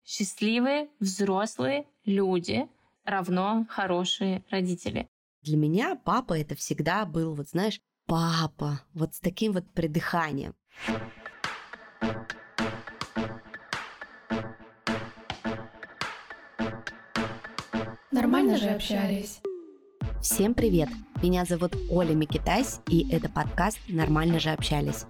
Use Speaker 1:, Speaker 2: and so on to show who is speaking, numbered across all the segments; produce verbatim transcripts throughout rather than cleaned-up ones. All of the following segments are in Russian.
Speaker 1: счастливые, взрослые люди равно хорошие родители.
Speaker 2: Для меня папа это всегда был, вот знаешь, папа, вот с таким вот придыханием.
Speaker 3: Нормально же общались.
Speaker 2: Всем привет! Меня зовут Оля Микитась, и это подкаст «Нормально же общались».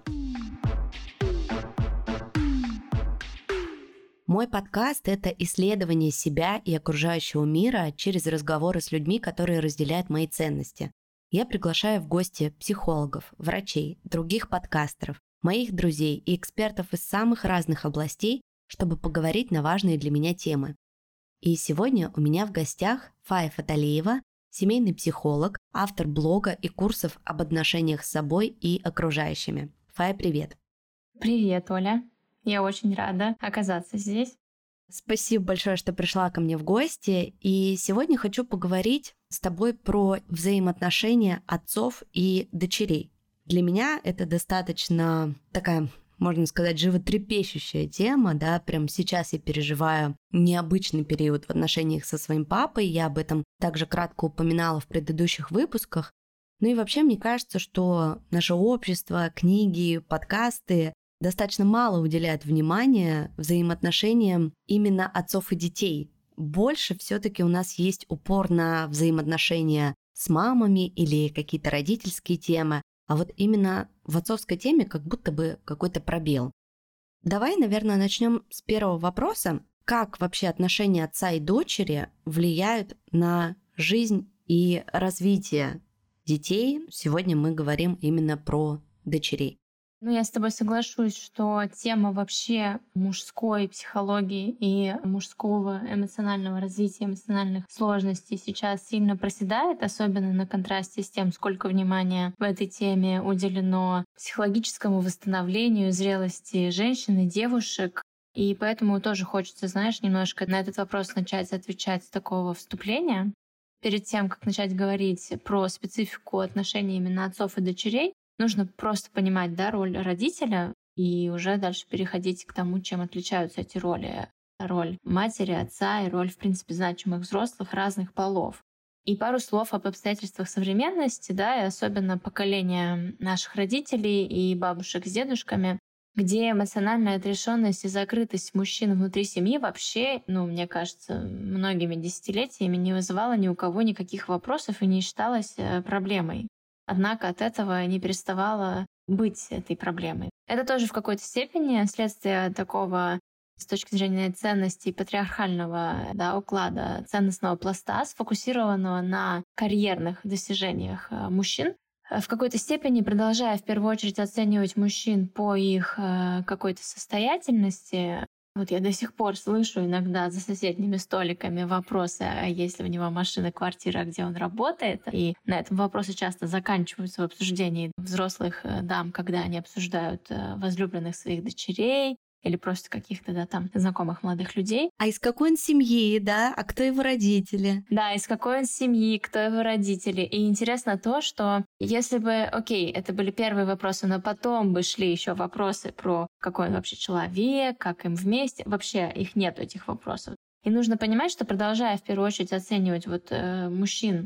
Speaker 2: Мой подкаст – это исследование себя и окружающего мира через разговоры с людьми, которые разделяют мои ценности. Я приглашаю в гости психологов, врачей, других подкастеров, моих друзей и экспертов из самых разных областей, чтобы поговорить на важные для меня темы. И сегодня у меня в гостях Фая Фаталиева, семейный психолог, автор блога и курсов об отношениях с собой и окружающими. Фая, привет!
Speaker 1: Привет, Оля! Я очень рада оказаться здесь.
Speaker 2: Спасибо большое, что пришла ко мне в гости. И сегодня хочу поговорить с тобой про взаимоотношения отцов и дочерей. Для меня это достаточно такая, можно сказать, животрепещущая тема, да, прямо сейчас я переживаю необычный период в отношениях со своим папой, я об этом также кратко упоминала в предыдущих выпусках. Ну и вообще мне кажется, что наше общество, книги, подкасты достаточно мало уделяют внимания взаимоотношениям именно отцов и детей. Больше все-таки у нас есть упор на взаимоотношения с мамами или какие-то родительские темы, а вот именно в отцовской теме как будто бы какой-то пробел. Давай, наверное, начнем с первого вопроса. Как вообще отношения отца и дочери влияют на жизнь и развитие детей? Сегодня мы говорим именно про дочерей.
Speaker 1: Ну, я с тобой соглашусь, что тема вообще мужской психологии и мужского эмоционального развития, эмоциональных сложностей сейчас сильно проседает, особенно на контрасте с тем, сколько внимания в этой теме уделено психологическому восстановлению зрелости женщин и девушек. И поэтому тоже хочется, знаешь, немножко на этот вопрос начать отвечать с такого вступления. Перед тем, как начать говорить про специфику отношений именно отцов и дочерей, нужно просто понимать, да, роль родителя и уже дальше переходить к тому, чем отличаются эти роли. Роль матери, отца и роль, в принципе, значимых взрослых разных полов. И пару слов об обстоятельствах современности, да, и особенно поколения наших родителей и бабушек с дедушками, где эмоциональная отрешенность и закрытость мужчин внутри семьи вообще, ну, мне кажется, многими десятилетиями не вызывала ни у кого никаких вопросов и не считалась проблемой. Однако от этого не переставало быть этой проблемой. Это тоже в какой-то степени следствие такого, с точки зрения ценностей, патриархального, да, уклада, ценностного пласта, сфокусированного на карьерных достижениях мужчин, в какой-то степени продолжая в первую очередь оценивать мужчин по их какой-то состоятельности. Вот я до сих пор слышу иногда за соседними столиками вопросы, а есть ли у него машина, квартира, где он работает. И на этом вопросы часто заканчиваются в обсуждении взрослых дам, когда они обсуждают возлюбленных своих дочерей или просто каких-то, да, там знакомых молодых людей.
Speaker 2: А из какой он семьи, да? А кто его родители?
Speaker 1: Да, из какой он семьи, кто его родители. И интересно то, что если бы, окей, это были первые вопросы, но потом бы шли еще вопросы про какой он вообще человек, как им вместе, вообще их нет, этих вопросов. И нужно понимать, что продолжая в первую очередь оценивать вот э, мужчин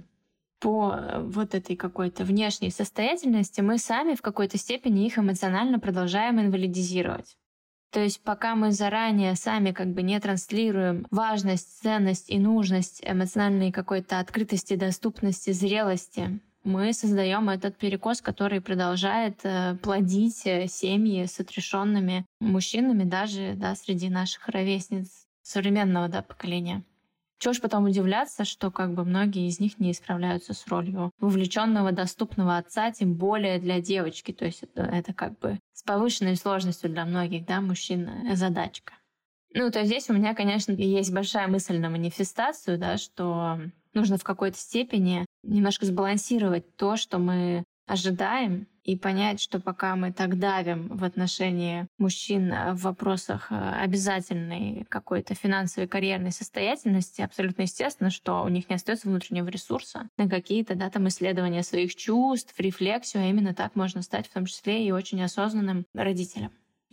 Speaker 1: по вот этой какой-то внешней состоятельности, мы сами в какой-то степени их эмоционально продолжаем инвалидизировать. То есть пока мы заранее сами как бы не транслируем важность, ценность и нужность эмоциональной какой-то открытости, доступности, зрелости, мы создаем этот перекос, который продолжает плодить семьи с отрешенными мужчинами даже, да, среди наших ровесниц современного, да, поколения. Чего ж потом удивляться, что как бы многие из них не справляются с ролью вовлеченного, доступного отца, тем более для девочки. То есть это, это как бы с повышенной сложностью для многих, да, мужчин задачка. Ну, то есть здесь у меня, конечно, есть большая мысль на манифестацию, да, что нужно в какой-то степени немножко сбалансировать то, что мы ожидаем, и понять, что пока мы так давим в отношении мужчин в вопросах обязательной какой-то финансовой карьерной состоятельности, абсолютно естественно, что у них не остается внутреннего ресурса на какие-то, да, там исследования своих чувств, рефлексию, а именно так можно стать в том числе и очень осознанным родителем.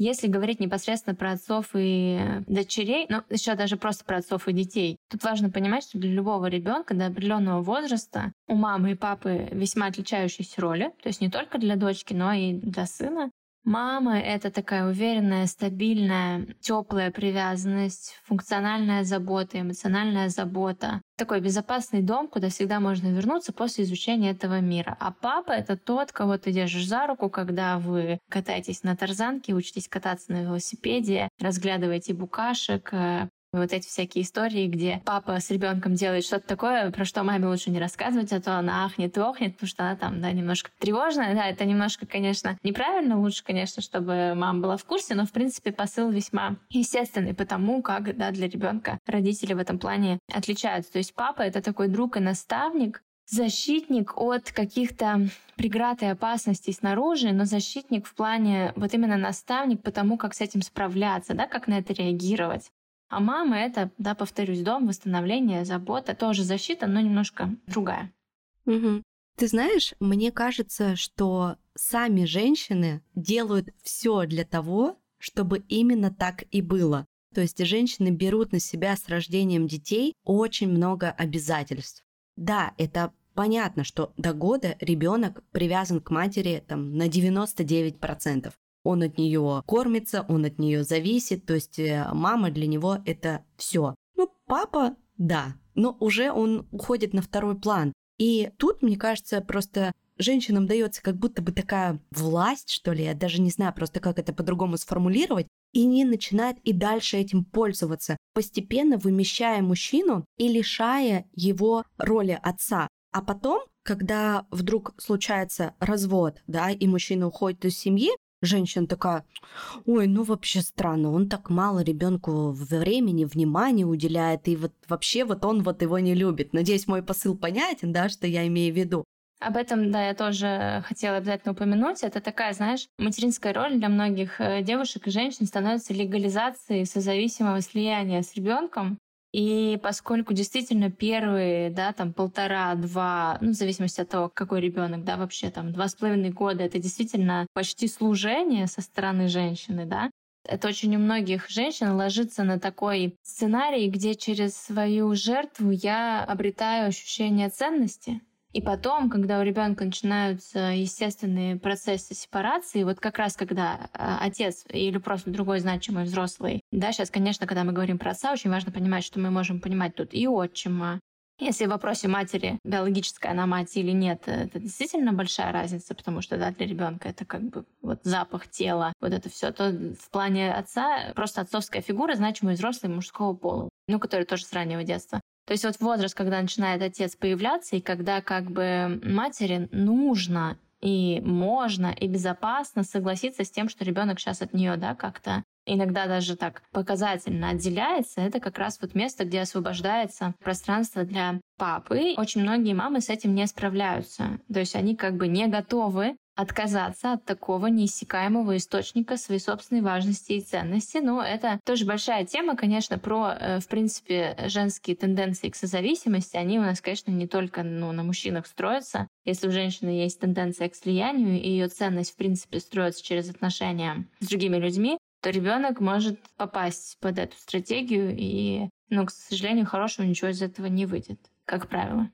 Speaker 1: Если говорить непосредственно про отцов и дочерей, ну, еще даже просто про отцов и детей, тут важно понимать, что для любого ребенка до определенного возраста у мамы и папы весьма отличающиеся роли, то есть не только для дочки, но и для сына. Мама — это такая уверенная, стабильная, теплая привязанность, функциональная забота, эмоциональная забота. Такой безопасный дом, куда всегда можно вернуться после изучения этого мира. А папа — это тот, кого ты держишь за руку, когда вы катаетесь на тарзанке, учитесь кататься на велосипеде, разглядываете букашек, вот эти всякие истории, где папа с ребенком делает что-то такое, про что маме лучше не рассказывать, а то она ахнет и охнет, потому что она там, да, немножко тревожная. Да, это немножко, конечно, неправильно. Лучше, конечно, чтобы мама была в курсе, но, в принципе, посыл весьма естественный, потому как, да, для ребенка родители в этом плане отличаются. То есть папа — это такой друг и наставник, защитник от каких-то преград и опасностей снаружи, но защитник в плане вот именно наставник по тому, как с этим справляться, да, как на это реагировать. А мама — это, да, повторюсь, дом, восстановление, забота, тоже защита, но немножко другая.
Speaker 2: Угу. Ты знаешь, мне кажется, что сами женщины делают все для того, чтобы именно так и было. То есть женщины берут на себя с рождением детей очень много обязательств. Да, это понятно, что до года ребенок привязан к матери там, на девяносто девять процентов. Он от нее кормится, он от нее зависит, то есть мама для него это все. Ну, папа, да, но уже он уходит на второй план. И тут, мне кажется, просто женщинам дается как будто бы такая власть, что ли, я даже не знаю просто, как это по-другому сформулировать, и они начинают и дальше этим пользоваться, постепенно вымещая мужчину и лишая его роли отца. А потом, когда вдруг случается развод, да, и мужчина уходит из семьи, женщина такая: ой, ну вообще странно, он так мало ребенку времени, внимания уделяет, и вот вообще вот он вот его не любит. Надеюсь, мой посыл понятен, да, что я имею в виду.
Speaker 1: Об этом, да, я тоже хотела обязательно упомянуть. Это такая, знаешь, материнская роль для многих девушек и женщин становится легализацией созависимого слияния с ребенком. И поскольку действительно первые, да, там полтора-два, ну, в зависимости от того, какой ребенок, да, вообще там два с половиной года, это действительно почти служение со стороны женщины, да. Это очень у многих женщин ложится на такой сценарий, где через свою жертву я обретаю ощущение ценности. И потом, когда у ребенка начинаются естественные процессы сепарации, вот как раз когда отец или просто другой значимый взрослый, да, сейчас, конечно, когда мы говорим про отца, очень важно понимать, что мы можем понимать тут и отчима. Если в вопросе матери, биологическая она мать или нет, это действительно большая разница, потому что, да, для ребенка это как бы вот запах тела, вот это все. То в плане отца просто отцовская фигура, значимый взрослый мужского пола, ну, который тоже с раннего детства. То есть вот возраст, когда начинает отец появляться, и когда как бы матери нужно и можно и безопасно согласиться с тем, что ребенок сейчас от нее, да, как-то иногда даже так показательно отделяется, это как раз вот место, где освобождается пространство для папы. Очень многие мамы с этим не справляются. То есть они как бы не готовы отказаться от такого неиссякаемого источника своей собственной важности и ценности. Но это тоже большая тема, конечно, про, в принципе, женские тенденции к созависимости. Они у нас, конечно, не только, ну, на мужчинах строятся. Если у женщины есть тенденция к слиянию, и ее ценность, в принципе, строится через отношения с другими людьми, то ребенок может попасть под эту стратегию, и, ну, к сожалению, хорошего ничего из этого не выйдет, как правило.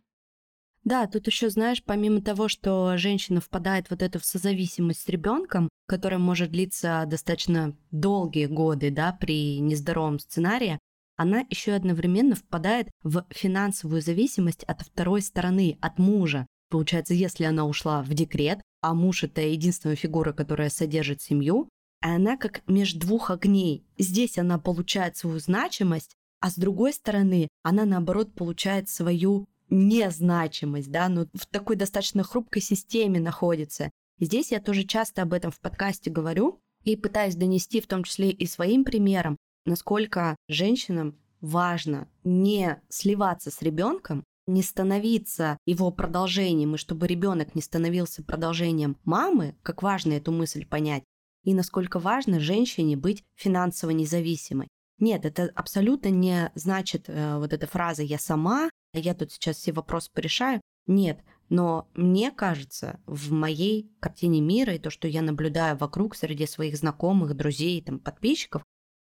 Speaker 2: Да, тут еще, знаешь, помимо того, что женщина впадает вот эту в созависимость с ребенком, которая может длиться достаточно долгие годы, да, при нездоровом сценарии, она еще одновременно впадает в финансовую зависимость от второй стороны, от мужа. Получается, если она ушла в декрет, а муж — это единственная фигура, которая содержит семью, она как между двух огней. Здесь она получает свою значимость, а с другой стороны она, наоборот, получает свою незначимость, да, но в такой достаточно хрупкой системе находится. И здесь я тоже часто об этом в подкасте говорю и пытаюсь донести, в том числе и своим примером, насколько женщинам важно не сливаться с ребенком, не становиться его продолжением, и чтобы ребенок не становился продолжением мамы, как важно эту мысль понять, и насколько важно женщине быть финансово независимой. Нет, это абсолютно не значит э, вот эта фраза «я сама», я тут сейчас все вопросы порешаю. Нет, Но мне кажется, в моей картине мира и то, что я наблюдаю вокруг среди своих знакомых, друзей, там, подписчиков,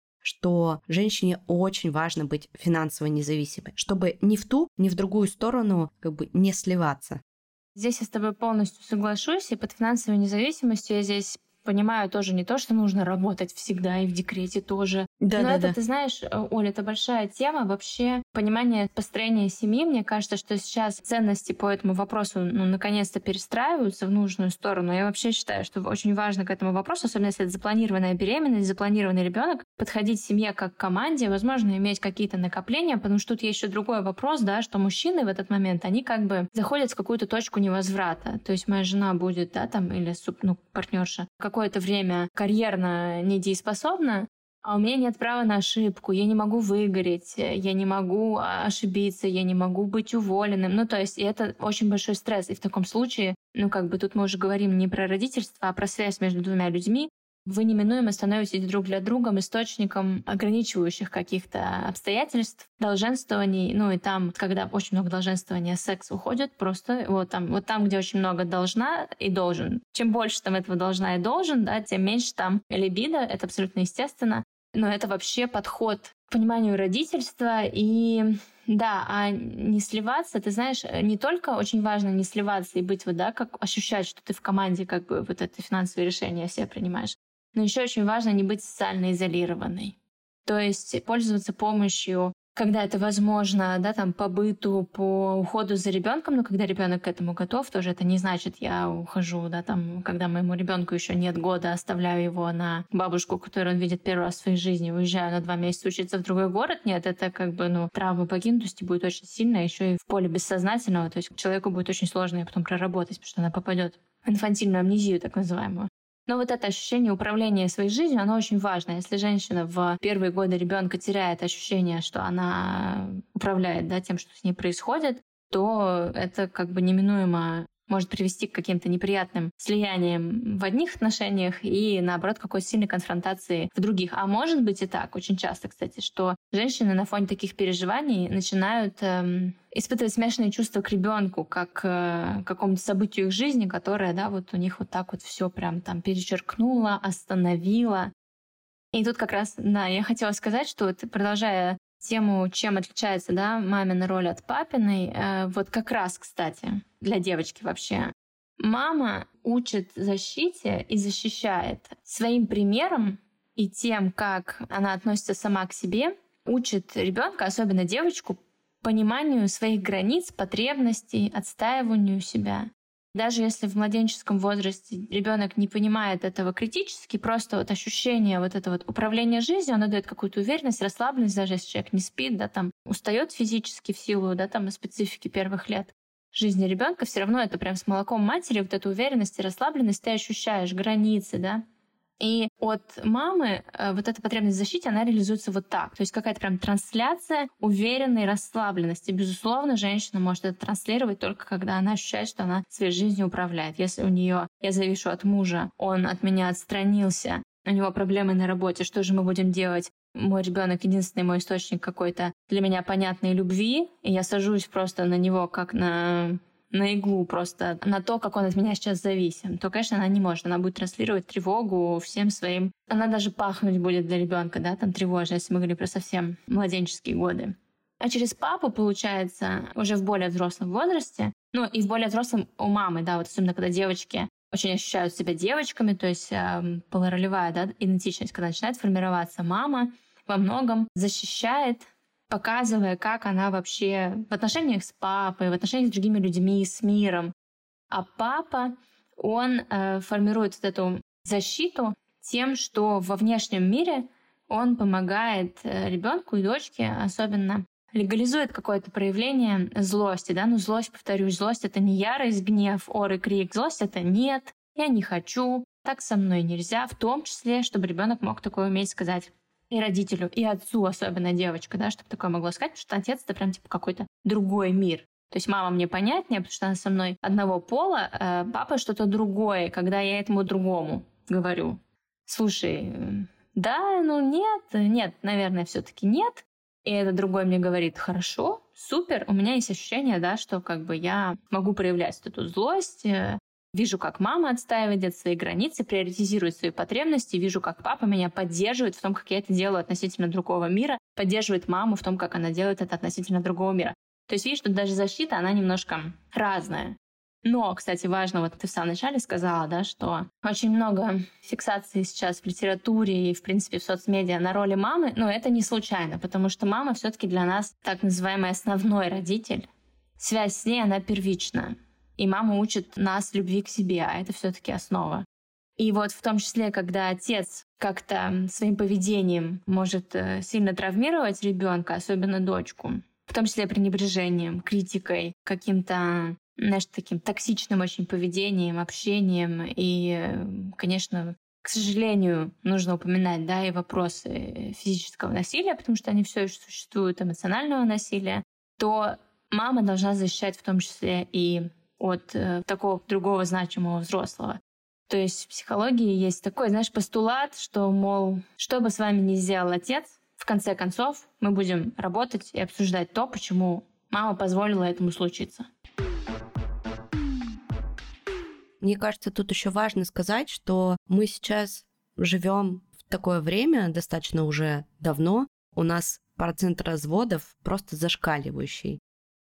Speaker 2: что женщине очень важно быть финансово независимой, чтобы ни в ту, ни в другую сторону как бы не сливаться.
Speaker 1: Здесь я с тобой полностью соглашусь, и под финансовой независимостью я здесь понимаю тоже не то, что нужно работать всегда и в декрете тоже.
Speaker 2: Да,
Speaker 1: Но
Speaker 2: да,
Speaker 1: это,
Speaker 2: да.
Speaker 1: ты знаешь, Оля, это большая тема. Вообще понимание построения семьи. Мне кажется, что сейчас ценности по этому вопросу ну, наконец-то перестраиваются в нужную сторону. Я вообще считаю, что очень важно к этому вопросу, особенно если это запланированная беременность, запланированный ребенок, подходить к семье как к команде, возможно, иметь какие-то накопления, потому что тут есть еще другой вопрос, да, что мужчины в этот момент, они как бы заходят в какую-то точку невозврата. То есть моя жена будет, да, там, или ну, партнерша, какое-то время карьерно недееспособна, а у меня нет права на ошибку, я не могу выгореть, я не могу ошибиться, я не могу быть уволенным. Ну, то есть и это очень большой стресс. И в таком случае, ну, как бы тут мы уже говорим не про родительство, а про связь между двумя людьми. Вы неминуемо становитесь друг для друга источником ограничивающих каких-то обстоятельств, долженствований. Ну и там, когда очень много долженствования, секс уходит просто вот там, вот там, где очень много должна и должен. Чем больше там этого должна и должен, да, тем меньше там либидо. Это абсолютно естественно. Но это вообще подход к пониманию родительства. И да, а не сливаться, ты знаешь, не только очень важно не сливаться и быть вот, да, как ощущать, что ты в команде как бы вот это финансовое решение все принимаешь. Но еще очень важно не быть социально изолированной. То есть пользоваться помощью, когда это возможно, да, там, по быту, по уходу за ребенком, но когда ребенок к этому готов, тоже это не значит, я ухожу, да, там, когда моему ребенку еще нет года, оставляю его на бабушку, которую он видит первый раз в своей жизни, уезжаю на два месяца учиться в другой город. Нет, это как бы, ну, травма покинутости будет очень сильная, еще и в поле бессознательного, то есть человеку будет очень сложно ее потом проработать, потому что она попадет в инфантильную амнезию, так называемую. Но вот это ощущение управления своей жизнью, оно очень важно. Если женщина в первые годы ребенка теряет ощущение, что она управляет, да, тем, что с ней происходит, то это как бы неминуемо может привести к каким-то неприятным слияниям в одних отношениях и, наоборот, какой-то сильной конфронтации в других. А может быть и так, очень часто, кстати, что женщины на фоне таких переживаний начинают эм, испытывать смешанные чувства к ребенку, как э, к какому-то событию их жизни, которое, да, вот у них вот так вот все прям там перечеркнуло, остановило. И тут как раз, да, я хотела сказать, что вот, продолжая тему, чем отличается, да, мамина роль от папиной, э, вот как раз, кстати, для девочки вообще. Мама учит защите и защищает своим примером и тем, как она относится сама к себе, учит ребенка, особенно девочку, пониманию своих границ, потребностей, отстаиванию себя. Даже если в младенческом возрасте ребенок не понимает этого критически, просто вот ощущение вот этого вот управления жизнью, оно дает какую-то уверенность, расслабленность, даже если человек не спит, да, там устает физически в силу, да, там специфики первых лет жизни ребенка, все равно это прям с молоком матери вот эту уверенность и расслабленность ты ощущаешь, границы, да. И от мамы вот эта потребность в защите, она реализуется вот так. То есть какая-то прям трансляция уверенной расслабленности. Безусловно, женщина может это транслировать только когда она ощущает, что она своей жизнью управляет. Если у нее я завишу от мужа, он от меня отстранился, у него проблемы на работе, что же мы будем делать? Мой ребенок единственный мой источник какой-то для меня понятной любви, и я сажусь просто на него как на... на иглу просто, на то, как он от меня сейчас зависим, то, конечно, она не может. Она будет транслировать тревогу всем своим. Она даже пахнуть будет для ребенка, да, там тревожно, если мы говорим про совсем младенческие годы. А через папу, получается, уже в более взрослом возрасте, ну и в более взрослом у мамы, да, вот особенно когда девочки очень ощущают себя девочками, то есть э, полуролевая, да, идентичность, когда начинает формироваться, мама во многом защищает, показывая, как она вообще в отношениях с папой, в отношениях с другими людьми, с миром. А папа, он э, формирует вот эту защиту тем, что во внешнем мире он помогает э, ребенку и дочке, особенно легализует какое-то проявление злости. Да? Ну, злость, повторюсь, злость — это не ярость, гнев, ор и крик. Злость — это нет, я не хочу, так со мной нельзя. В том числе, чтобы ребенок мог такое уметь сказать и родителю, и отцу, особенно девочка, да, чтобы такое могло сказать, потому что отец — это прям типа какой-то другой мир. То есть мама мне понятнее, потому что она со мной одного пола, а папа что-то другое, когда я этому другому говорю. Слушай, да, ну нет, нет, наверное, все-таки нет. И этот другой мне говорит: хорошо, супер, у меня есть ощущение, да, что как бы я могу проявлять эту злость, вижу, как мама отстаивает свои границы, приоритизирует свои потребности, вижу, как папа меня поддерживает в том, как я это делаю относительно другого мира, поддерживает маму в том, как она делает это относительно другого мира. То есть видишь, что даже защита, она немножко разная. Но, кстати, важно, вот ты в самом начале сказала, да, что очень много фиксации сейчас в литературе и, в принципе, в соцмедиа на роли мамы, но это не случайно, потому что мама все-таки для нас так называемый основной родитель. Связь с ней, она первична. И мама учит нас любви к себе, а это все-таки основа. И вот в том числе, когда отец как-то своим поведением может сильно травмировать ребенка, особенно дочку, в том числе пренебрежением, критикой, каким-то, знаешь, таким токсичным очень поведением, общением. И, конечно, к сожалению, нужно упоминать, да, и вопросы физического насилия, потому что они все еще существуют, эмоционального насилия, то мама должна защищать в том числе и от э, такого другого значимого взрослого. То есть в психологии есть такой, знаешь, постулат, что, мол, что бы с вами ни сделал отец, в конце концов мы будем работать и обсуждать то, почему мама позволила этому случиться.
Speaker 2: Мне кажется, тут еще важно сказать, что мы сейчас живем в такое время, достаточно уже давно, у нас процент разводов просто зашкаливающий.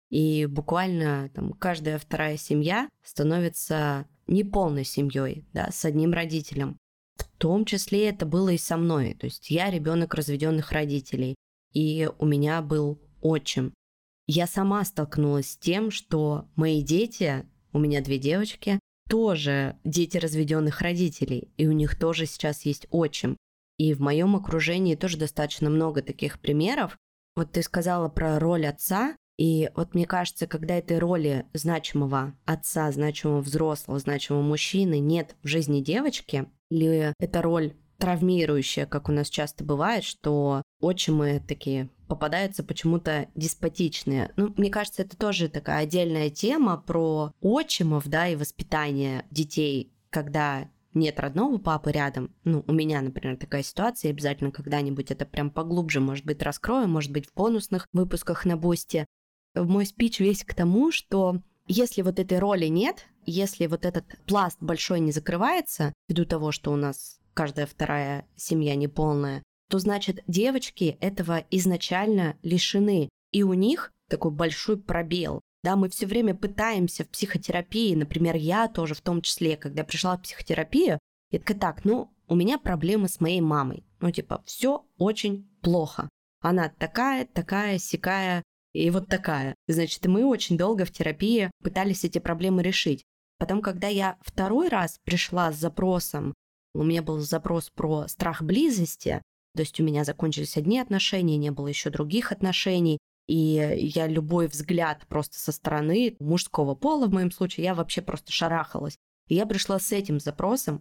Speaker 2: И буквально там, каждая вторая семья становится неполной семьей, да, с одним родителем. В том числе это было и со мной. То есть я ребенок разведенных родителей, и у меня был отчим. Я сама столкнулась с тем, что мои дети, у меня две девочки, тоже дети разведенных родителей, и у них тоже сейчас есть отчим. И в моем окружении тоже достаточно много таких примеров. Вот ты сказала про роль отца. И вот мне кажется, когда этой роли значимого отца, значимого взрослого, значимого мужчины нет в жизни девочки, или эта роль травмирующая, как у нас часто бывает, что отчимы такие попадаются почему-то деспотичные. Ну, мне кажется, это тоже такая отдельная тема про отчимов, да, и воспитание детей, когда нет родного папы рядом. Ну, у меня, например, такая ситуация, и обязательно когда-нибудь это прям поглубже, может быть, раскроем, может быть, в бонусных выпусках на Бусти. Мой спич весь к тому, что если вот этой роли нет, если вот этот пласт большой не закрывается, ввиду того, что у нас каждая вторая семья неполная, то значит девочки этого изначально лишены. И у них такой большой пробел. Да, мы все время пытаемся в психотерапии, например, я тоже в том числе, когда пришла в психотерапию, я такая, так, ну, у меня проблемы с моей мамой. Ну, типа, все очень плохо. Она такая, такая, сякая, и вот такая. Значит, мы очень долго в терапии пытались эти проблемы решить. Потом, когда я второй раз пришла с запросом, у меня был запрос про страх близости, то есть у меня закончились одни отношения, не было еще других отношений, и я любой взгляд просто со стороны мужского пола, в моем случае, я вообще просто шарахалась. И я пришла с этим запросом,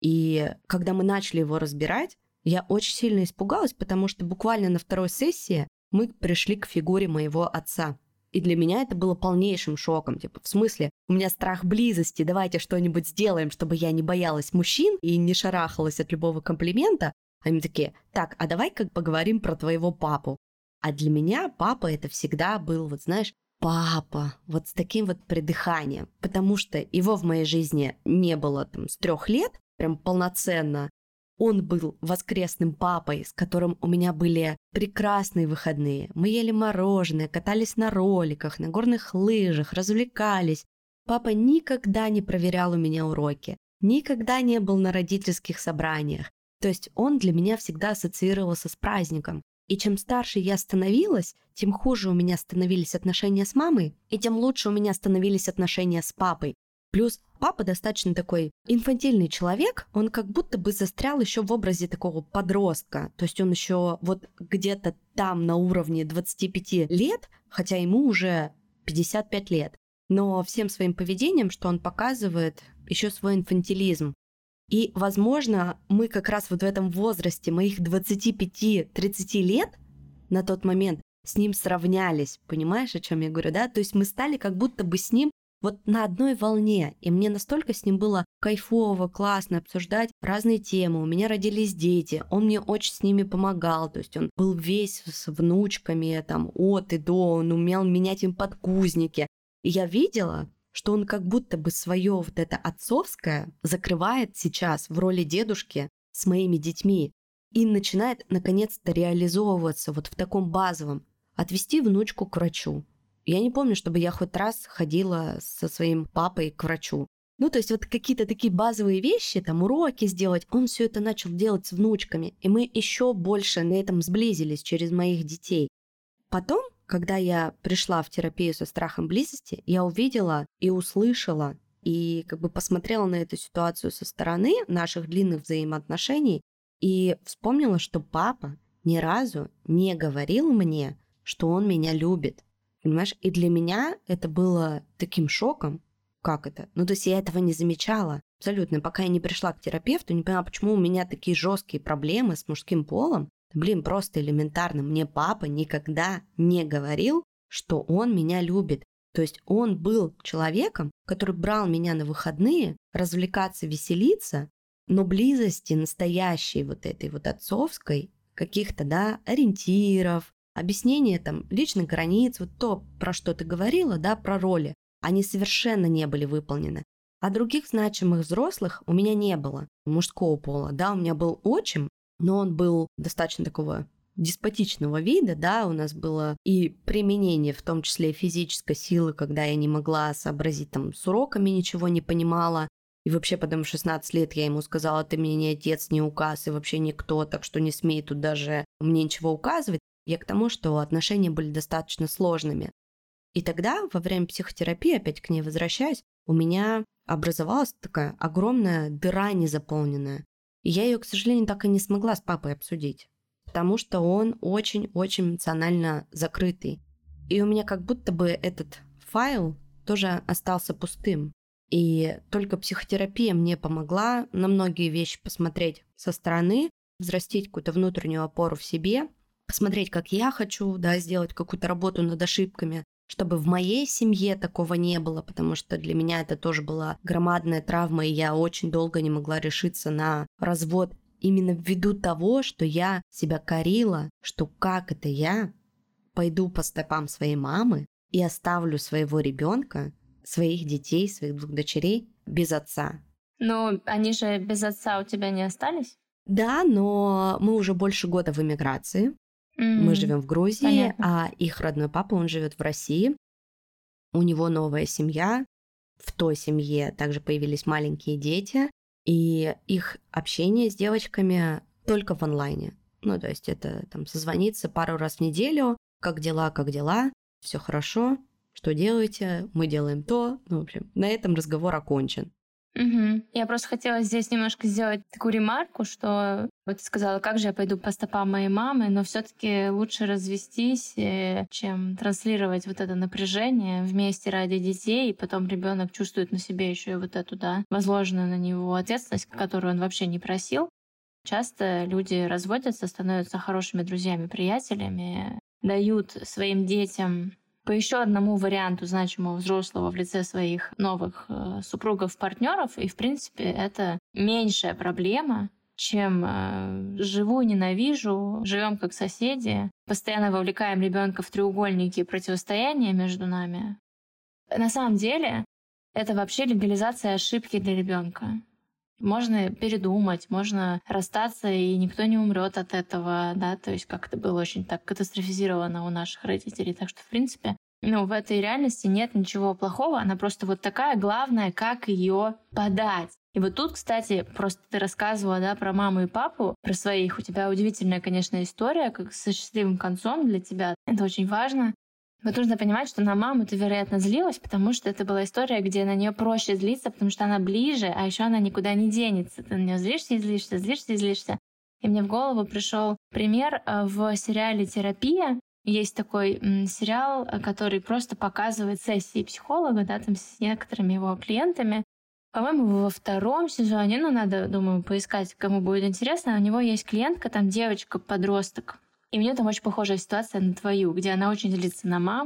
Speaker 2: и когда мы начали его разбирать, я очень сильно испугалась, потому что буквально на второй сессии мы пришли к фигуре моего отца. И для меня это было полнейшим шоком. Типа, в смысле, у меня страх близости, давайте что-нибудь сделаем, чтобы я не боялась мужчин и не шарахалась от любого комплимента. Они такие, так, а давай-ка поговорим про твоего папу. А для меня папа это всегда был, вот знаешь, папа, вот с таким вот придыханием. Потому что его в моей жизни не было там с трех лет, прям полноценно. Он был воскресным папой, с которым у меня были прекрасные выходные. Мы ели мороженое, катались на роликах, на горных лыжах, развлекались. Папа никогда не проверял у меня уроки, никогда не был на родительских собраниях. То есть он для меня всегда ассоциировался с праздником. И чем старше я становилась, тем хуже у меня становились отношения с мамой, и тем лучше у меня становились отношения с папой. Плюс папа достаточно такой инфантильный человек, он как будто бы застрял еще в образе такого подростка. То есть он еще вот где-то там на уровне двадцати пяти лет, хотя ему уже пятьдесят пять лет. Но всем своим поведением, что он показывает, еще свой инфантилизм. И, возможно, мы как раз вот в этом возрасте моих двадцати пяти тридцати лет на тот момент с ним сравнялись. Понимаешь, о чем я говорю, да? То есть мы стали как будто бы с ним вот на одной волне. И мне настолько с ним было кайфово, классно обсуждать разные темы. У меня родились дети, он мне очень с ними помогал. То есть он был весь с внучками, там, от и до, он умел менять им подгузники. И я видела, что он как будто бы свое вот это отцовское закрывает сейчас в роли дедушки с моими детьми и начинает наконец-то реализовываться вот в таком базовом. Отвести внучку к врачу. Я не помню, чтобы я хоть раз ходила со своим папой к врачу. Ну, то есть вот какие-то такие базовые вещи, там уроки сделать, он все это начал делать с внучками, и мы еще больше на этом сблизились через моих детей. Потом, когда я пришла в терапию со страхом близости, я увидела и услышала, и как бы посмотрела на эту ситуацию со стороны наших длинных взаимоотношений, и вспомнила, что папа ни разу не говорил мне, что он меня любит. Понимаешь? И для меня это было таким шоком. Как это? Ну, то есть я этого не замечала. Абсолютно. Пока я не пришла к терапевту, не поняла, почему у меня такие жесткие проблемы с мужским полом. Блин, просто элементарно. Мне папа никогда не говорил, что он меня любит. То есть он был человеком, который брал меня на выходные развлекаться, веселиться, но близости настоящей вот этой вот отцовской, каких-то, да, ориентиров, объяснение там личных границ, вот то, про что ты говорила, да, про роли, они совершенно не были выполнены. А других значимых взрослых у меня не было, мужского пола, да, у меня был отчим, но он был достаточно такого деспотичного вида, да, у нас было и применение, в том числе физической силы, когда я не могла сообразить там с уроками, ничего не понимала, и вообще потом в шестнадцать лет я ему сказала, ты мне не отец, не указ, и вообще никто, так что не смей тут даже мне ничего указывать. Я к тому, что отношения были достаточно сложными. И тогда, во время психотерапии, опять к ней возвращаясь, у меня образовалась такая огромная дыра незаполненная. И я ее, к сожалению, так и не смогла с папой обсудить, потому что он очень-очень эмоционально закрытый. И у меня как будто бы этот файл тоже остался пустым. И только психотерапия мне помогла на многие вещи посмотреть со стороны, взрастить какую-то внутреннюю опору в себе, посмотреть, как я хочу, да, сделать какую-то работу над ошибками, чтобы в моей семье такого не было, потому что для меня это тоже была громадная травма, и я очень долго не могла решиться на развод именно ввиду того, что я себя корила, что как это я пойду по стопам своей мамы и оставлю своего ребенка, своих детей, своих двух дочерей без отца.
Speaker 1: Ну, они же без отца у тебя не остались?
Speaker 2: Да, но мы уже больше года в эмиграции. Mm-hmm. Мы живем в Грузии, Понятно. А их родной папа, он живет в России. У него новая семья. В той семье также появились маленькие дети. И их общение с девочками только в онлайне. Ну, то есть это там созвониться пару раз в неделю. Как дела, как дела? Все хорошо? Что делаете? Мы делаем то. Ну, в общем, на этом разговор окончен.
Speaker 1: Угу. Я просто хотела здесь немножко сделать такую ремарку, что вот ты сказала, как же я пойду по стопам моей мамы, но все-таки лучше развестись, чем транслировать вот это напряжение вместе ради детей, и потом ребенок чувствует на себе еще и вот эту, да, возложенную на него ответственность, которую он вообще не просил. Часто люди разводятся, становятся хорошими друзьями, приятелями, дают своим детям по еще одному варианту значимого взрослого в лице своих новых э, супругов, партнеров, и, в принципе, это меньшая проблема, чем э, живу, ненавижу, живем как соседи, постоянно вовлекаем ребенка в треугольники противостояния между нами. На самом деле, это вообще легализация ошибки для ребенка. Можно передумать, можно расстаться, и никто не умрет от этого, да, то есть как это было очень так катастрофизировано у наших родителей. Так что, в принципе, ну, в этой реальности нет ничего плохого, она просто вот такая, главное, как ее подать. И вот тут, кстати, просто ты рассказывала, да, про маму и папу, про своих. У тебя удивительная, конечно, история, как со счастливым концом для тебя. Это очень важно. Вот нужно понимать, что на маму ты, вероятно, злилась, потому что это была история, где на нее проще злиться, потому что она ближе, а еще она никуда не денется. Ты на нее злишься и злишься, злишься и злишься. И мне в голову пришел пример в сериале «Терапия». Есть такой м, сериал, который просто показывает сессии психолога, да, там с некоторыми его клиентами. По-моему, во втором сезоне, ну, надо, думаю, поискать, кому будет интересно. У него есть клиентка, там девочка-подросток. И у нее там очень похожая ситуация на твою, где она очень злится на маму,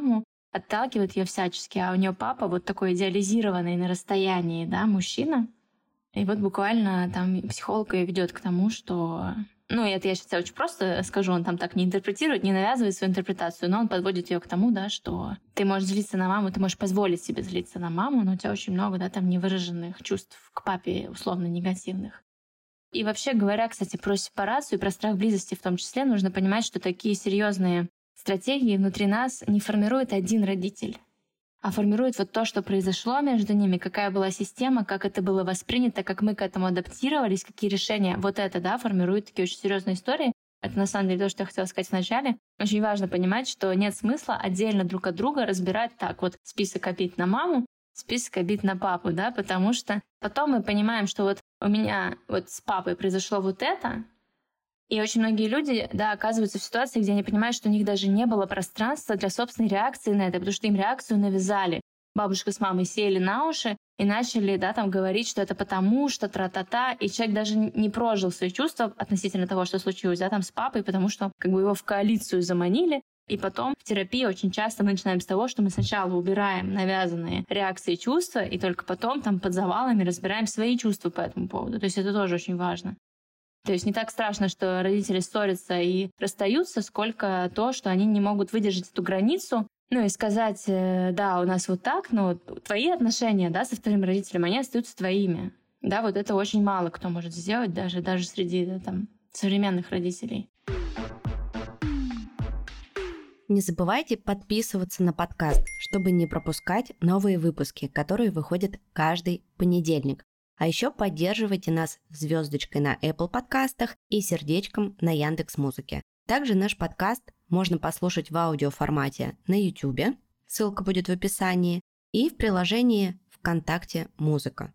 Speaker 1: отталкивает ее всячески, а у нее папа вот такой идеализированный на расстоянии, да, мужчина. И вот буквально там психолог ее ведет к тому, что... Ну, это я сейчас очень просто скажу, он там так не интерпретирует, не навязывает свою интерпретацию, но он подводит ее к тому, да, что ты можешь злиться на маму, ты можешь позволить себе злиться на маму, но у тебя очень много, да, там невыраженных чувств к папе, условно негативных. И вообще говоря, кстати, про сепарацию и про страх близости в том числе, нужно понимать, что такие серьезные стратегии внутри нас не формирует один родитель, а формирует вот то, что произошло между ними, какая была система, как это было воспринято, как мы к этому адаптировались, какие решения. Вот это, да, формирует такие очень серьезные истории. Это на самом деле то, что я хотела сказать вначале. Очень важно понимать, что нет смысла отдельно друг от друга разбирать так вот список обид на маму, список обид на папу, да, потому что потом мы понимаем, что вот у меня вот с папой произошло вот это, и очень многие люди, да, оказываются в ситуации, где они понимают, что у них даже не было пространства для собственной реакции на это, потому что им реакцию навязали. Бабушка с мамой сели на уши и начали, да, там говорить, что это потому, что тра-та-та, и человек даже не прожил свои чувства относительно того, что случилось, да, там с папой, потому что как бы его в коалицию заманили. И потом в терапии очень часто мы начинаем с того, что мы сначала убираем навязанные реакции и чувства, и только потом там под завалами разбираем свои чувства по этому поводу. То есть это тоже очень важно. То есть не так страшно, что родители ссорятся и расстаются, сколько то, что они не могут выдержать эту границу, ну и сказать, да, у нас вот так, но твои отношения, да, со вторым родителем, они остаются твоими. Да, вот это очень мало кто может сделать, даже, даже среди, да, там, современных родителей.
Speaker 2: Не забывайте подписываться на подкаст, чтобы не пропускать новые выпуски, которые выходят каждый понедельник. А еще поддерживайте нас звездочкой на Apple подкастах и сердечком на Яндекс.Музыке. Также наш подкаст можно послушать в аудиоформате на YouTube, ссылка будет в описании, и в приложении ВКонтакте «Музыка».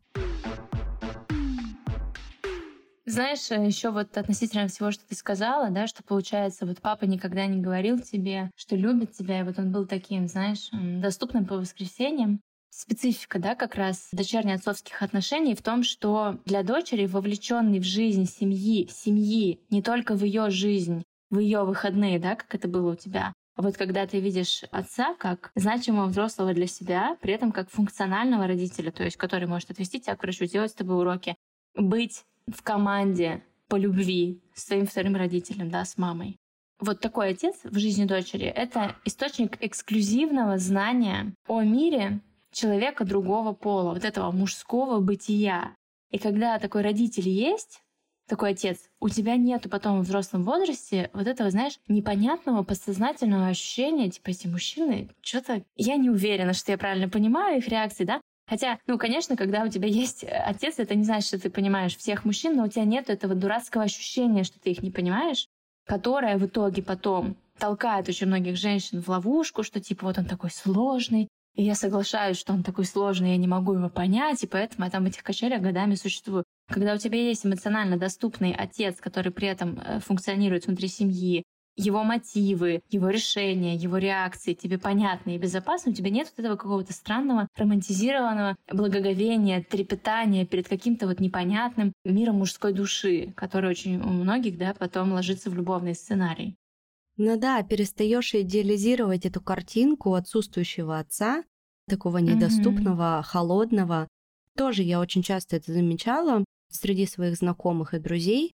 Speaker 1: Знаешь, еще вот относительно всего, что ты сказала, да, что получается, вот папа никогда не говорил тебе, что любит тебя, и вот он был таким, знаешь, доступным по воскресеньям. Специфика, да, как раз дочерне-отцовских отношений в том, что для дочери, вовлеченной в жизнь семьи, семьи, не только в ее жизнь, в ее выходные, да, как это было у тебя, а вот когда ты видишь отца как значимого взрослого для себя, при этом как функционального родителя, то есть который может отвести тебя к врачу, делать с тобой уроки, быть в команде по любви с своим вторым родителем, да, с мамой. Вот такой отец в жизни дочери — это источник эксклюзивного знания о мире человека другого пола, вот этого мужского бытия. И когда такой родитель есть, такой отец, у тебя нету потом в взрослом возрасте вот этого, знаешь, непонятного подсознательного ощущения, типа эти мужчины, что-то... Я не уверена, что я правильно понимаю их реакции, да? Хотя, ну, конечно, когда у тебя есть отец, это не значит, что ты понимаешь всех мужчин, но у тебя нет этого дурацкого ощущения, что ты их не понимаешь, которое в итоге потом толкает очень многих женщин в ловушку, что типа вот он такой сложный, и я соглашаюсь, что он такой сложный, я не могу его понять, и поэтому я там в этих качелях годами существую. Когда у тебя есть эмоционально доступный отец, который при этом функционирует внутри семьи, его мотивы, его решения, его реакции тебе понятны и безопасны, у тебя нет вот этого какого-то странного, романтизированного благоговения, трепетания перед каким-то вот непонятным миром мужской души, который очень у многих, да, потом ложится в любовный сценарий.
Speaker 2: Ну да, перестаешь идеализировать эту картинку отсутствующего отца, такого недоступного, mm-hmm. холодного. Тоже я очень часто это замечала среди своих знакомых и друзей,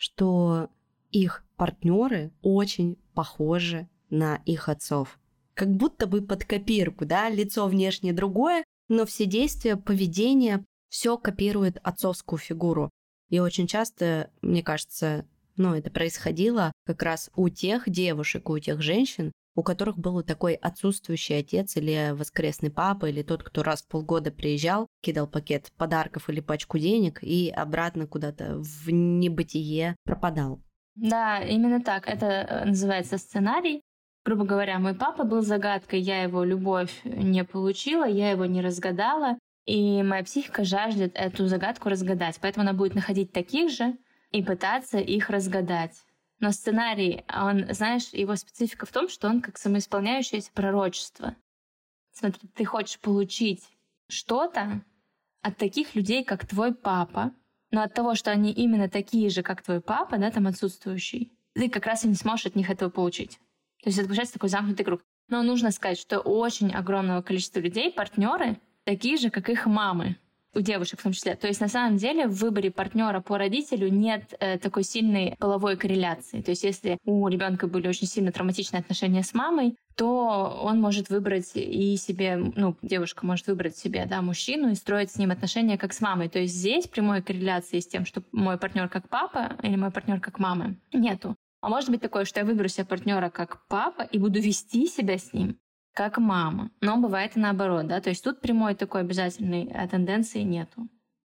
Speaker 2: что их партнеры очень похожи на их отцов. Как будто бы под копирку, да, лицо внешне другое, но все действия, поведение, все копирует отцовскую фигуру. И очень часто, мне кажется, ну, это происходило как раз у тех девушек, у тех женщин, у которых был такой отсутствующий отец или воскресный папа, или тот, кто раз в полгода приезжал, кидал пакет подарков или пачку денег и обратно куда-то в небытие пропадал.
Speaker 1: Да, именно так. Это называется сценарий. Грубо говоря, мой папа был загадкой, я его любовь не получила, я его не разгадала, и моя психика жаждет эту загадку разгадать. Поэтому она будет находить таких же и пытаться их разгадать. Но сценарий, он, знаешь, его специфика в том, что он как самоисполняющееся пророчество. Смотри, ты хочешь получить что-то от таких людей, как твой папа, но от того, что они именно такие же, как твой папа, да, там отсутствующий, ты как раз и не сможешь от них этого получить. То есть это получается такой замкнутый круг. Но нужно сказать, что у очень огромного количества людей партнеры такие же, как их мамы. У девушек в том числе. То есть на самом деле в выборе партнера по родителю нет э, такой сильной половой корреляции. То есть если у ребенка были очень сильно травматичные отношения с мамой, то он может выбрать и себе, ну, девушка может выбрать себе, да, мужчину и строить с ним отношения как с мамой. То есть здесь прямой корреляции с тем, что мой партнер как папа или мой партнер как мама, нету. А может быть такое, что я выберу себе партнера как папа и буду вести себя с ним как мама. Но бывает и наоборот, да, то есть тут прямой такой обязательной тенденции нету.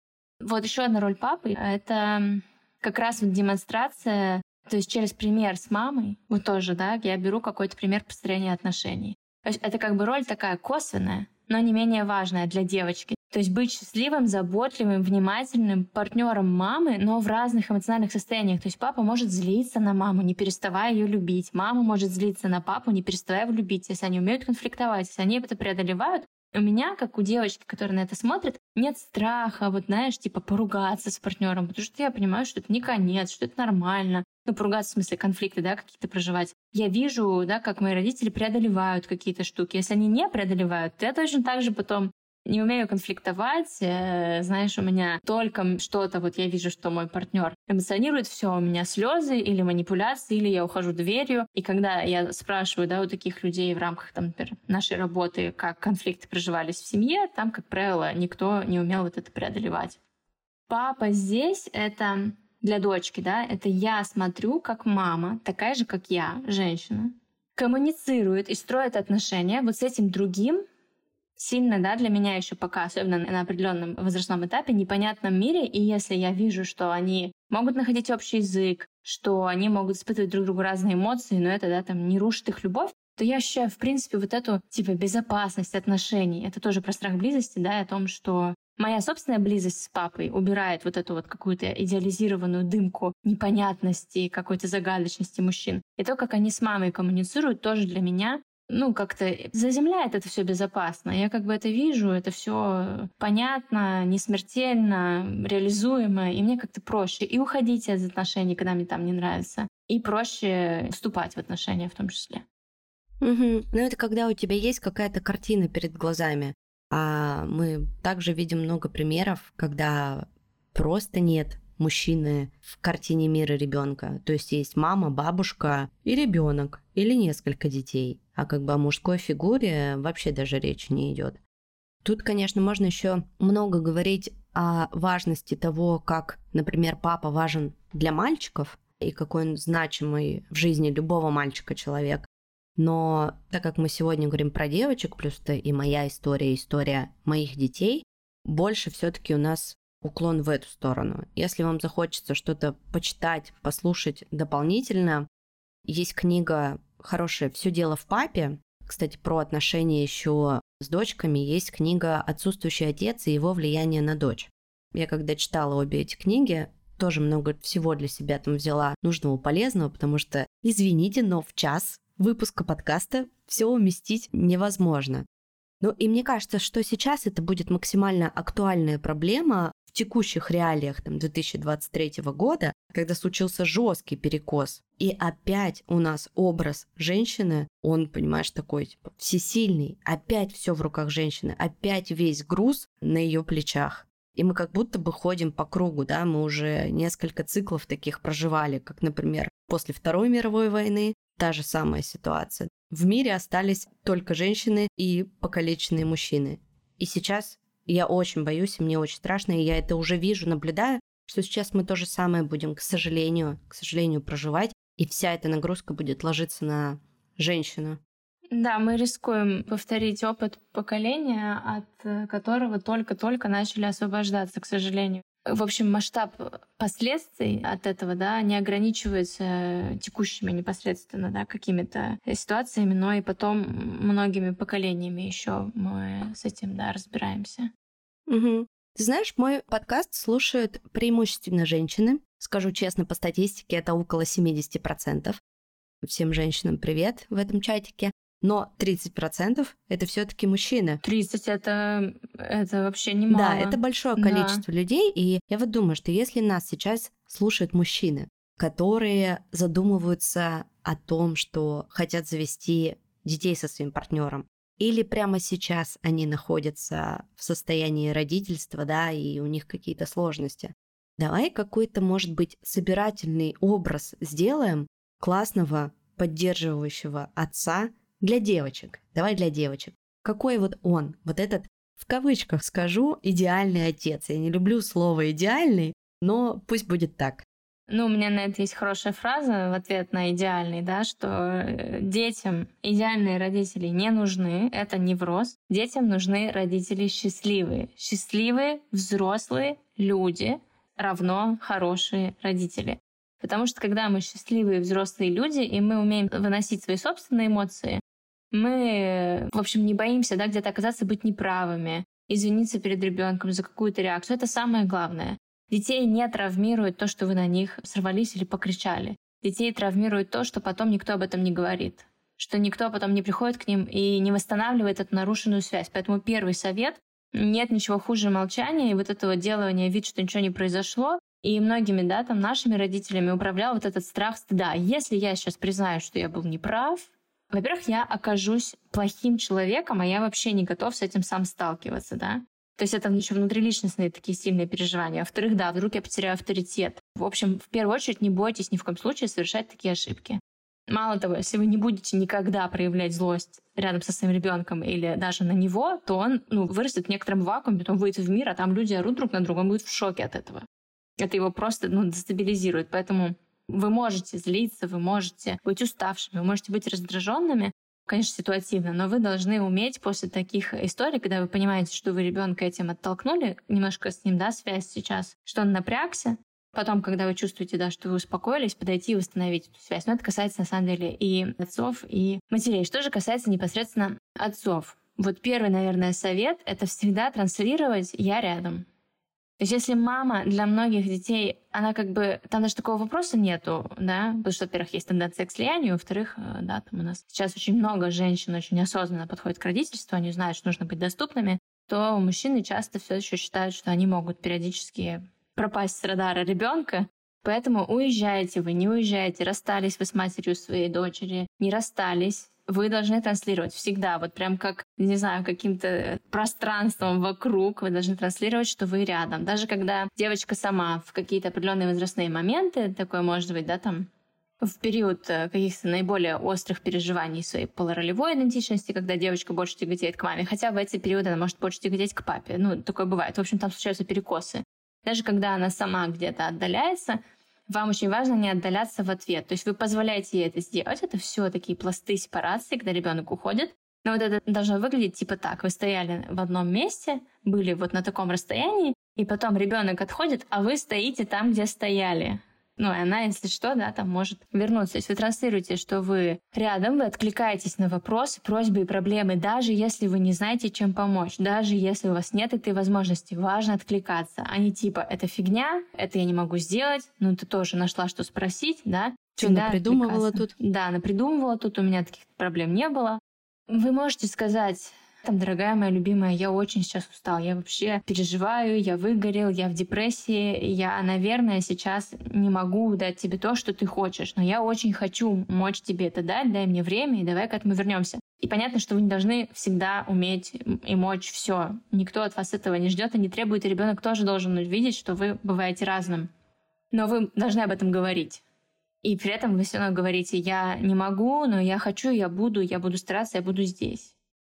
Speaker 1: Вот еще одна роль папы — это как раз вот демонстрация, то есть через пример с мамой, вот тоже, да, я беру какой-то пример построения отношений. То есть это как бы роль такая косвенная, но не менее важная для девочки. То есть быть счастливым, заботливым, внимательным партнером мамы, но в разных эмоциональных состояниях. То есть папа может злиться на маму, не переставая ее любить. Мама может злиться на папу, не переставая его любить. Если они умеют конфликтовать, если они это преодолевают, у меня, как у девочки, которая на это смотрит, нет страха, вот знаешь, типа поругаться с партнером, потому что я понимаю, что это не конец, что это нормально. Ну, поругаться в смысле конфликты, да, какие-то проживать. Я вижу, да, как мои родители преодолевают какие-то штуки. Если они не преодолевают, то я точно так же потом не умею конфликтовать. Знаешь, у меня только что-то, вот я вижу, что мой партнер эмоционирует, все, у меня слезы или манипуляции, или я ухожу дверью. И когда я спрашиваю, да, у таких людей в рамках, там, например, нашей работы, как конфликты проживались в семье, там, как правило, никто не умел вот это преодолевать. Папа здесь — это для дочки, да, это я смотрю, как мама, такая же, как я, женщина, коммуницирует и строит отношения вот с этим другим, сильно, да, для меня еще пока, особенно на определенном возрастном этапе, непонятном мире. И если я вижу, что они могут находить общий язык, что они могут испытывать друг другу разные эмоции, но это, да, там, не рушит их любовь, то я ощущаю, в принципе, вот эту, типа, безопасность отношений. Это тоже про страх близости, да, и о том, что моя собственная близость с папой убирает вот эту вот какую-то идеализированную дымку непонятности, какой-то загадочности мужчин. И то, как они с мамой коммуницируют, тоже для меня, ну, как-то заземляет это все безопасно. Я как бы это вижу, это все понятно, не смертельно, реализуемо, и мне как-то проще и уходить из отношений, когда мне там не нравится, и проще вступать в отношения в том числе.
Speaker 2: Угу. Ну, это когда у тебя есть какая-то картина перед глазами. А мы также видим много примеров, когда просто нет мужчины в картине мира ребенка. То есть есть мама, бабушка и ребенок, или несколько детей. А как бы о мужской фигуре вообще даже речи не идет. Тут, конечно, можно еще много говорить о важности того, как, например, папа важен для мальчиков и какой он значимый в жизни любого мальчика человек. Но так как мы сегодня говорим про девочек, плюс это и моя история, история моих детей, больше все-таки у нас уклон в эту сторону. Если вам захочется что-то почитать, послушать дополнительно, есть книга хорошая «Все дело в папе». Кстати, про отношения еще с дочками есть книга «Отсутствующий отец и его влияние на дочь». Я когда читала обе эти книги, тоже много всего для себя там взяла нужного, полезного, потому что, извините, но в час выпуска подкаста все уместить невозможно. Ну и мне кажется, что сейчас это будет максимально актуальная проблема в текущих реалиях там, две тысячи двадцать третьего года, когда случился жесткий перекос. И опять у нас образ женщины, он, понимаешь, такой типа, всесильный, опять все в руках женщины, опять весь груз на ее плечах. И мы как будто бы ходим по кругу, да, мы уже несколько циклов таких проживали, как, например, после Второй мировой войны, та же самая ситуация. В мире остались только женщины и покалеченные мужчины. И сейчас я очень боюсь, и мне очень страшно, и я это уже вижу, наблюдаю, что сейчас мы то же самое будем, к сожалению, к сожалению, проживать, и вся эта нагрузка будет ложиться на женщину.
Speaker 1: Да, мы рискуем повторить опыт поколения, от которого только-только начали освобождаться, к сожалению. В общем, масштаб последствий от этого, да, не ограничивается текущими непосредственно, да, какими-то ситуациями, но и потом многими поколениями еще мы с этим, да, разбираемся.
Speaker 2: Угу. Ты знаешь, мой подкаст слушают преимущественно женщины. Скажу честно, по статистике это около семьдесят процентов. Всем женщинам привет в этом чатике. Но тридцать процентов это все-таки мужчины.
Speaker 1: тридцать это, это вообще немало.
Speaker 2: Да, это большое количество да. людей. И я вот думаю, что если нас сейчас слушают мужчины, которые задумываются о том, что хотят завести детей со своим партнером, или прямо сейчас они находятся в состоянии родительства, да, и у них какие-то сложности. Давай какой-то, может быть, собирательный образ сделаем классного, поддерживающего отца для девочек. Давай для девочек. Какой вот он, вот этот, в кавычках скажу, идеальный отец. Я не люблю слово «идеальный», но пусть будет так.
Speaker 1: Ну, у меня на это есть хорошая фраза в ответ на идеальный, да, что детям идеальные родители не нужны, это невроз. Детям нужны родители счастливые. Счастливые, взрослые люди равно хорошие родители. Потому что когда мы счастливые взрослые люди, и мы умеем выносить свои собственные эмоции, мы, в общем, не боимся, да, где-то оказаться быть неправыми, извиниться перед ребенком за какую-то реакцию. Это самое главное. Детей не травмирует то, что вы на них сорвались или покричали. Детей травмирует то, что потом никто об этом не говорит. Что никто потом не приходит к ним и не восстанавливает эту нарушенную связь. Поэтому первый совет — нет ничего хуже молчания и вот этого делания вид, что ничего не произошло. И многими, да, там, нашими родителями управлял вот этот страх стыда. Если я сейчас признаю, что я был неправ, во-первых, я окажусь плохим человеком, а я вообще не готов с этим сам сталкиваться, да. То есть это еще внутриличностные такие сильные переживания. Во-вторых, да, вдруг я потеряю авторитет. В общем, в первую очередь, не бойтесь ни в коем случае совершать такие ошибки. Мало того, если вы не будете никогда проявлять злость рядом со своим ребенком или даже на него, то он, ну, вырастет в некотором вакууме, потом выйдет в мир, а там люди орут друг на друга, он будет в шоке от этого. Это его просто, ну, дестабилизирует. Поэтому вы можете злиться, вы можете быть уставшими, вы можете быть раздраженными, конечно, ситуативно, но вы должны уметь после таких историй, когда вы понимаете, что вы ребенка этим оттолкнули, немножко с ним, да, связь сейчас, что он напрягся, потом, когда вы чувствуете, да, что вы успокоились, подойти и восстановить эту связь. Но это касается, на самом деле, и отцов, и матерей. Что же касается непосредственно отцов? Вот первый, наверное, совет — это всегда транслировать «я рядом». То есть если мама для многих детей, она как бы... Там даже такого вопроса нету, да, потому что, во-первых, есть тенденция к слиянию, во-вторых, да, там у нас сейчас очень много женщин очень осознанно подходят к родительству, они знают, что нужно быть доступными, то мужчины часто все еще считают, что они могут периодически пропасть с радара ребенка. Поэтому уезжаете вы, не уезжаете, расстались вы с матерью своей дочери, не расстались, вы должны транслировать всегда, вот прям как, не знаю, каким-то пространством вокруг, вы должны транслировать, что вы рядом. Даже когда девочка сама в какие-то определенные возрастные моменты, такое может быть, да, там, в период каких-то наиболее острых переживаний своей полуролевой идентичности, когда девочка больше тяготеет к маме, хотя в эти периоды она может больше тяготеть к папе. Ну, такое бывает. В общем, там случаются перекосы. Даже когда она сама где-то отдаляется, вам очень важно не отдаляться в ответ. То есть вы позволяете ей это сделать. Это все такие пласты сепарации, когда ребенок уходит. Но вот это должно выглядеть типа так. Вы стояли в одном месте, были вот на таком расстоянии, и потом ребенок отходит, а вы стоите там, где стояли. Ну, и она, если что, да, там может вернуться. То есть вы транслируете, что вы рядом, вы откликаетесь на вопросы, просьбы и проблемы, даже если вы не знаете, чем помочь, даже если у вас нет этой возможности. Важно откликаться, а не типа «это фигня, это я не могу сделать», ну, ты тоже нашла, что спросить, да.
Speaker 2: Что напридумывала тут?
Speaker 1: Да, напридумывала тут, у меня таких проблем не было. Вы можете сказать... Там, дорогая моя любимая, я очень сейчас устал, я вообще переживаю, я выгорел, я в депрессии, я, наверное, сейчас не могу дать тебе то, что ты хочешь, но я очень хочу мочь тебе это дать, дай мне время, и давай к этому вернемся. И понятно, что вы не должны всегда уметь и мочь все. Никто от вас этого не ждет и не требует, и ребенок тоже должен видеть, что вы бываете разным. Но вы должны об этом говорить. И при этом вы все равно говорите: я не могу, но я хочу, я буду, я буду стараться, я буду здесь.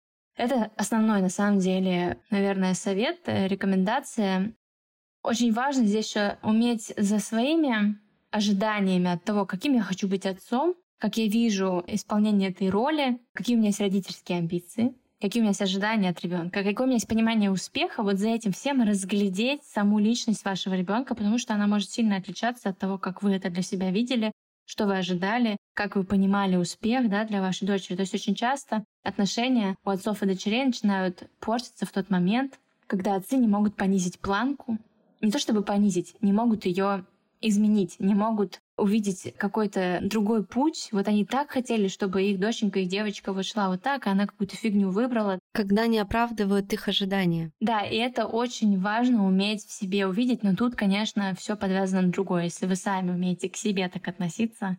Speaker 1: Это основной, на самом деле, наверное, совет, рекомендация. Очень важно здесь еще уметь за своими ожиданиями от того, каким я хочу быть отцом, как я вижу исполнение этой роли, какие у меня есть родительские амбиции, какие у меня есть ожидания от ребенка, какое у меня есть понимание успеха, вот за этим всем разглядеть саму личность вашего ребенка, потому что она может сильно отличаться от того, как вы это для себя видели, что вы ожидали, как вы понимали успех, да, для вашей дочери. То есть очень часто отношения у отцов и дочерей начинают портиться в тот момент, когда отцы не могут понизить планку. Не то чтобы понизить, не могут ее изменить, не могут увидеть какой-то другой путь. Вот они так хотели, чтобы их доченька, их девочка вот шла вот так, а она какую-то фигню выбрала.
Speaker 2: Когда не оправдывают их ожидания.
Speaker 1: Да, и это очень важно уметь в себе увидеть, но тут, конечно, все подвязано на другое. Если вы сами умеете к себе так относиться,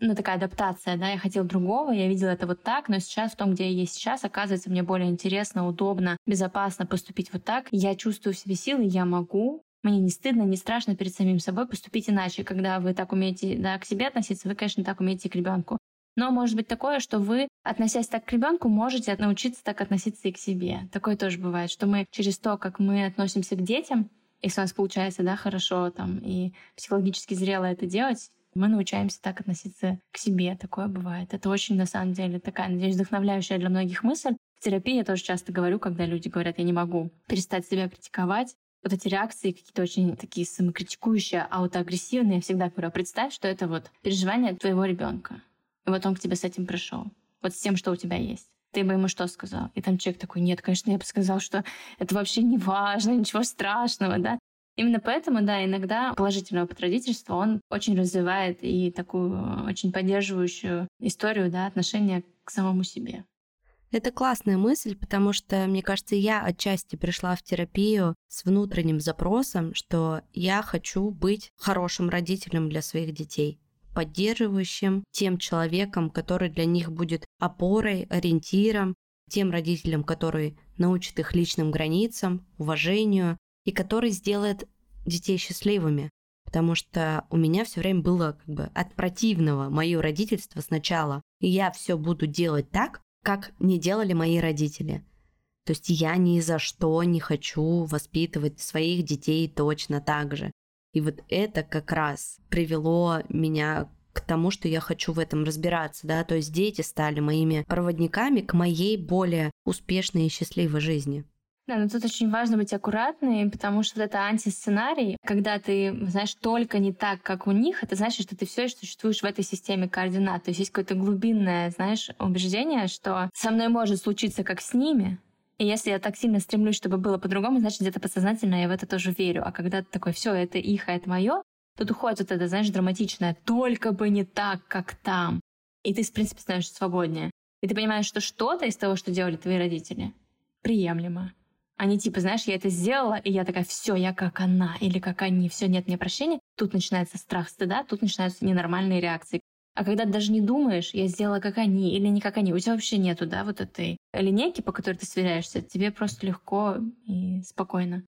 Speaker 1: ну, такая адаптация, да, я хотела другого, я видела это вот так, но сейчас в том, где я есть сейчас, оказывается, мне более интересно, удобно, безопасно поступить вот так. Я чувствую в себе силы, я могу. Мне не стыдно, не страшно перед самим собой поступить иначе. Когда вы так умеете, да, к себе относиться, вы, конечно, так умеете и к ребенку. Но может быть такое, что вы, относясь так к ребенку, можете научиться так относиться и к себе. Такое тоже бывает, что мы через то, как мы относимся к детям, если у нас получается, да, хорошо там и психологически зрело это делать, мы научаемся так относиться к себе. Такое бывает. Это очень, на самом деле, такая, надеюсь, вдохновляющая для многих мысль. В терапии я тоже часто говорю, когда люди говорят, я не могу перестать себя критиковать. Вот эти реакции какие-то очень такие самокритикующие, аутоагрессивные. Я всегда говорю, представь, что это вот переживание твоего ребенка. И вот он к тебе с этим пришел. Вот с тем, что у тебя есть. Ты бы ему что сказал? И там человек такой, нет, конечно, я бы сказал, что это вообще не важно, ничего страшного, да. Именно поэтому, да, иногда положительный опыт родительства, он очень развивает и такую очень поддерживающую историю, да, отношения к самому себе.
Speaker 2: Это классная мысль, потому что, мне кажется, я отчасти пришла в терапию с внутренним запросом, что я хочу быть хорошим родителем для своих детей, поддерживающим, тем человеком, который для них будет опорой, ориентиром, тем родителем, который научит их личным границам, уважению и который сделает детей счастливыми. Потому что у меня все время было как бы от противного мое родительство сначала, и я все буду делать так, как не делали мои родители. То есть я ни за что не хочу воспитывать своих детей точно так же. И вот это как раз привело меня к тому, что я хочу в этом разбираться, да, то есть дети стали моими проводниками к моей более успешной и счастливой жизни.
Speaker 1: Да, но тут очень важно быть аккуратной, потому что вот это антисценарий, когда ты, знаешь, только не так, как у них, это значит, что ты все еще существуешь в этой системе координат. То есть есть какое-то глубинное, знаешь, убеждение, что со мной может случиться как с ними, и если я так сильно стремлюсь, чтобы было по-другому, значит, где-то подсознательно я в это тоже верю. А когда ты такой, все, это их, а это мое, тут уходит вот это, знаешь, драматичное, только бы не так, как там. И ты, в принципе, становишься свободнее. И ты понимаешь, что что-то из того, что делали твои родители, приемлемо. Они типа, знаешь, я это сделала, и я такая, все, я как она, или как они, все, нет мне прощения. Тут начинается страх стыда, тут начинаются ненормальные реакции. А когда ты даже не думаешь, я сделала как они или не как они, у тебя вообще нету, да, вот этой линейки, по которой ты сверяешься, тебе просто легко и спокойно.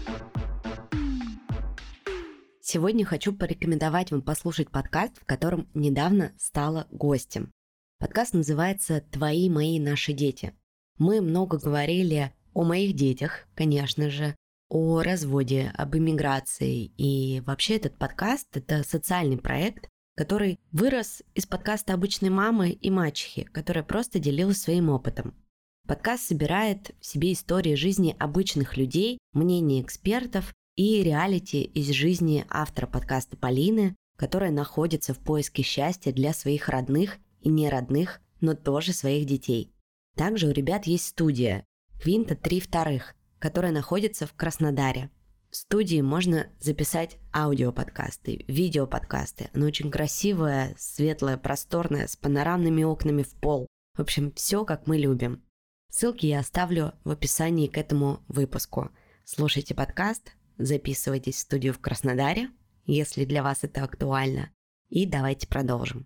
Speaker 2: Сегодня хочу порекомендовать вам послушать подкаст, в котором недавно стала гостем. Подкаст называется «Твои, мои, наши дети». Мы много говорили о моих детях, конечно же, о разводе, об эмиграции. И вообще этот подкаст – это социальный проект, который вырос из подкаста обычной мамы и мачехи, которая просто делилась своим опытом. Подкаст собирает в себе истории жизни обычных людей, мнения экспертов и реалити из жизни автора подкаста Полины, которая находится в поиске счастья для своих родных и неродных, но тоже своих детей. Также у ребят есть студия «Квинта три вторых», которая находится в Краснодаре. В студии можно записать аудиоподкасты, видеоподкасты. Она очень красивая, светлая, просторная, с панорамными окнами в пол. В общем, все как мы любим. Ссылки я оставлю в описании к этому выпуску. Слушайте подкаст, записывайтесь в студию в Краснодаре, если для вас это актуально. И давайте продолжим.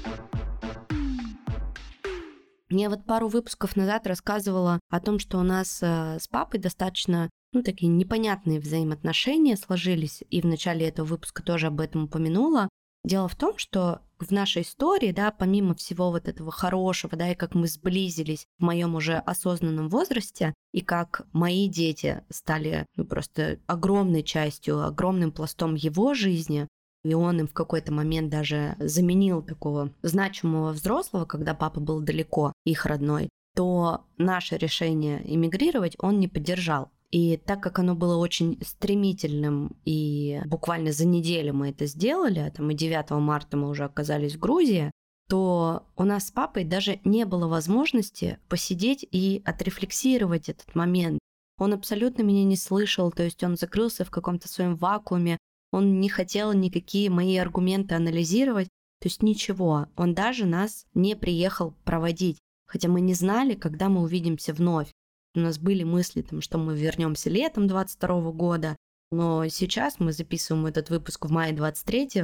Speaker 2: Я вот пару выпусков назад рассказывала о том, что у нас э, с папой достаточно, ну, такие непонятные взаимоотношения сложились, и в начале этого выпуска тоже об этом упомянула. Дело в том, что в нашей истории, да, помимо всего вот этого хорошего, да, и как мы сблизились в моем уже осознанном возрасте, и как мои дети стали, ну, просто огромной частью, огромным пластом его жизни, и он им в какой-то момент даже заменил такого значимого взрослого, когда папа был далеко, их родной, то наше решение эмигрировать он не поддержал. И так как оно было очень стремительным, и буквально за неделю мы это сделали, а там и девятого марта мы уже оказались в Грузии, то у нас с папой даже не было возможности посидеть и отрефлексировать этот момент. Он абсолютно меня не слышал, то есть он закрылся в каком-то своем вакууме, он не хотел никакие мои аргументы анализировать, то есть ничего. Он даже нас не приехал проводить, хотя мы не знали, когда мы увидимся вновь. У нас были мысли, там, что мы вернемся летом двадцать второго года, но сейчас мы записываем этот выпуск в мае двадцать третьего,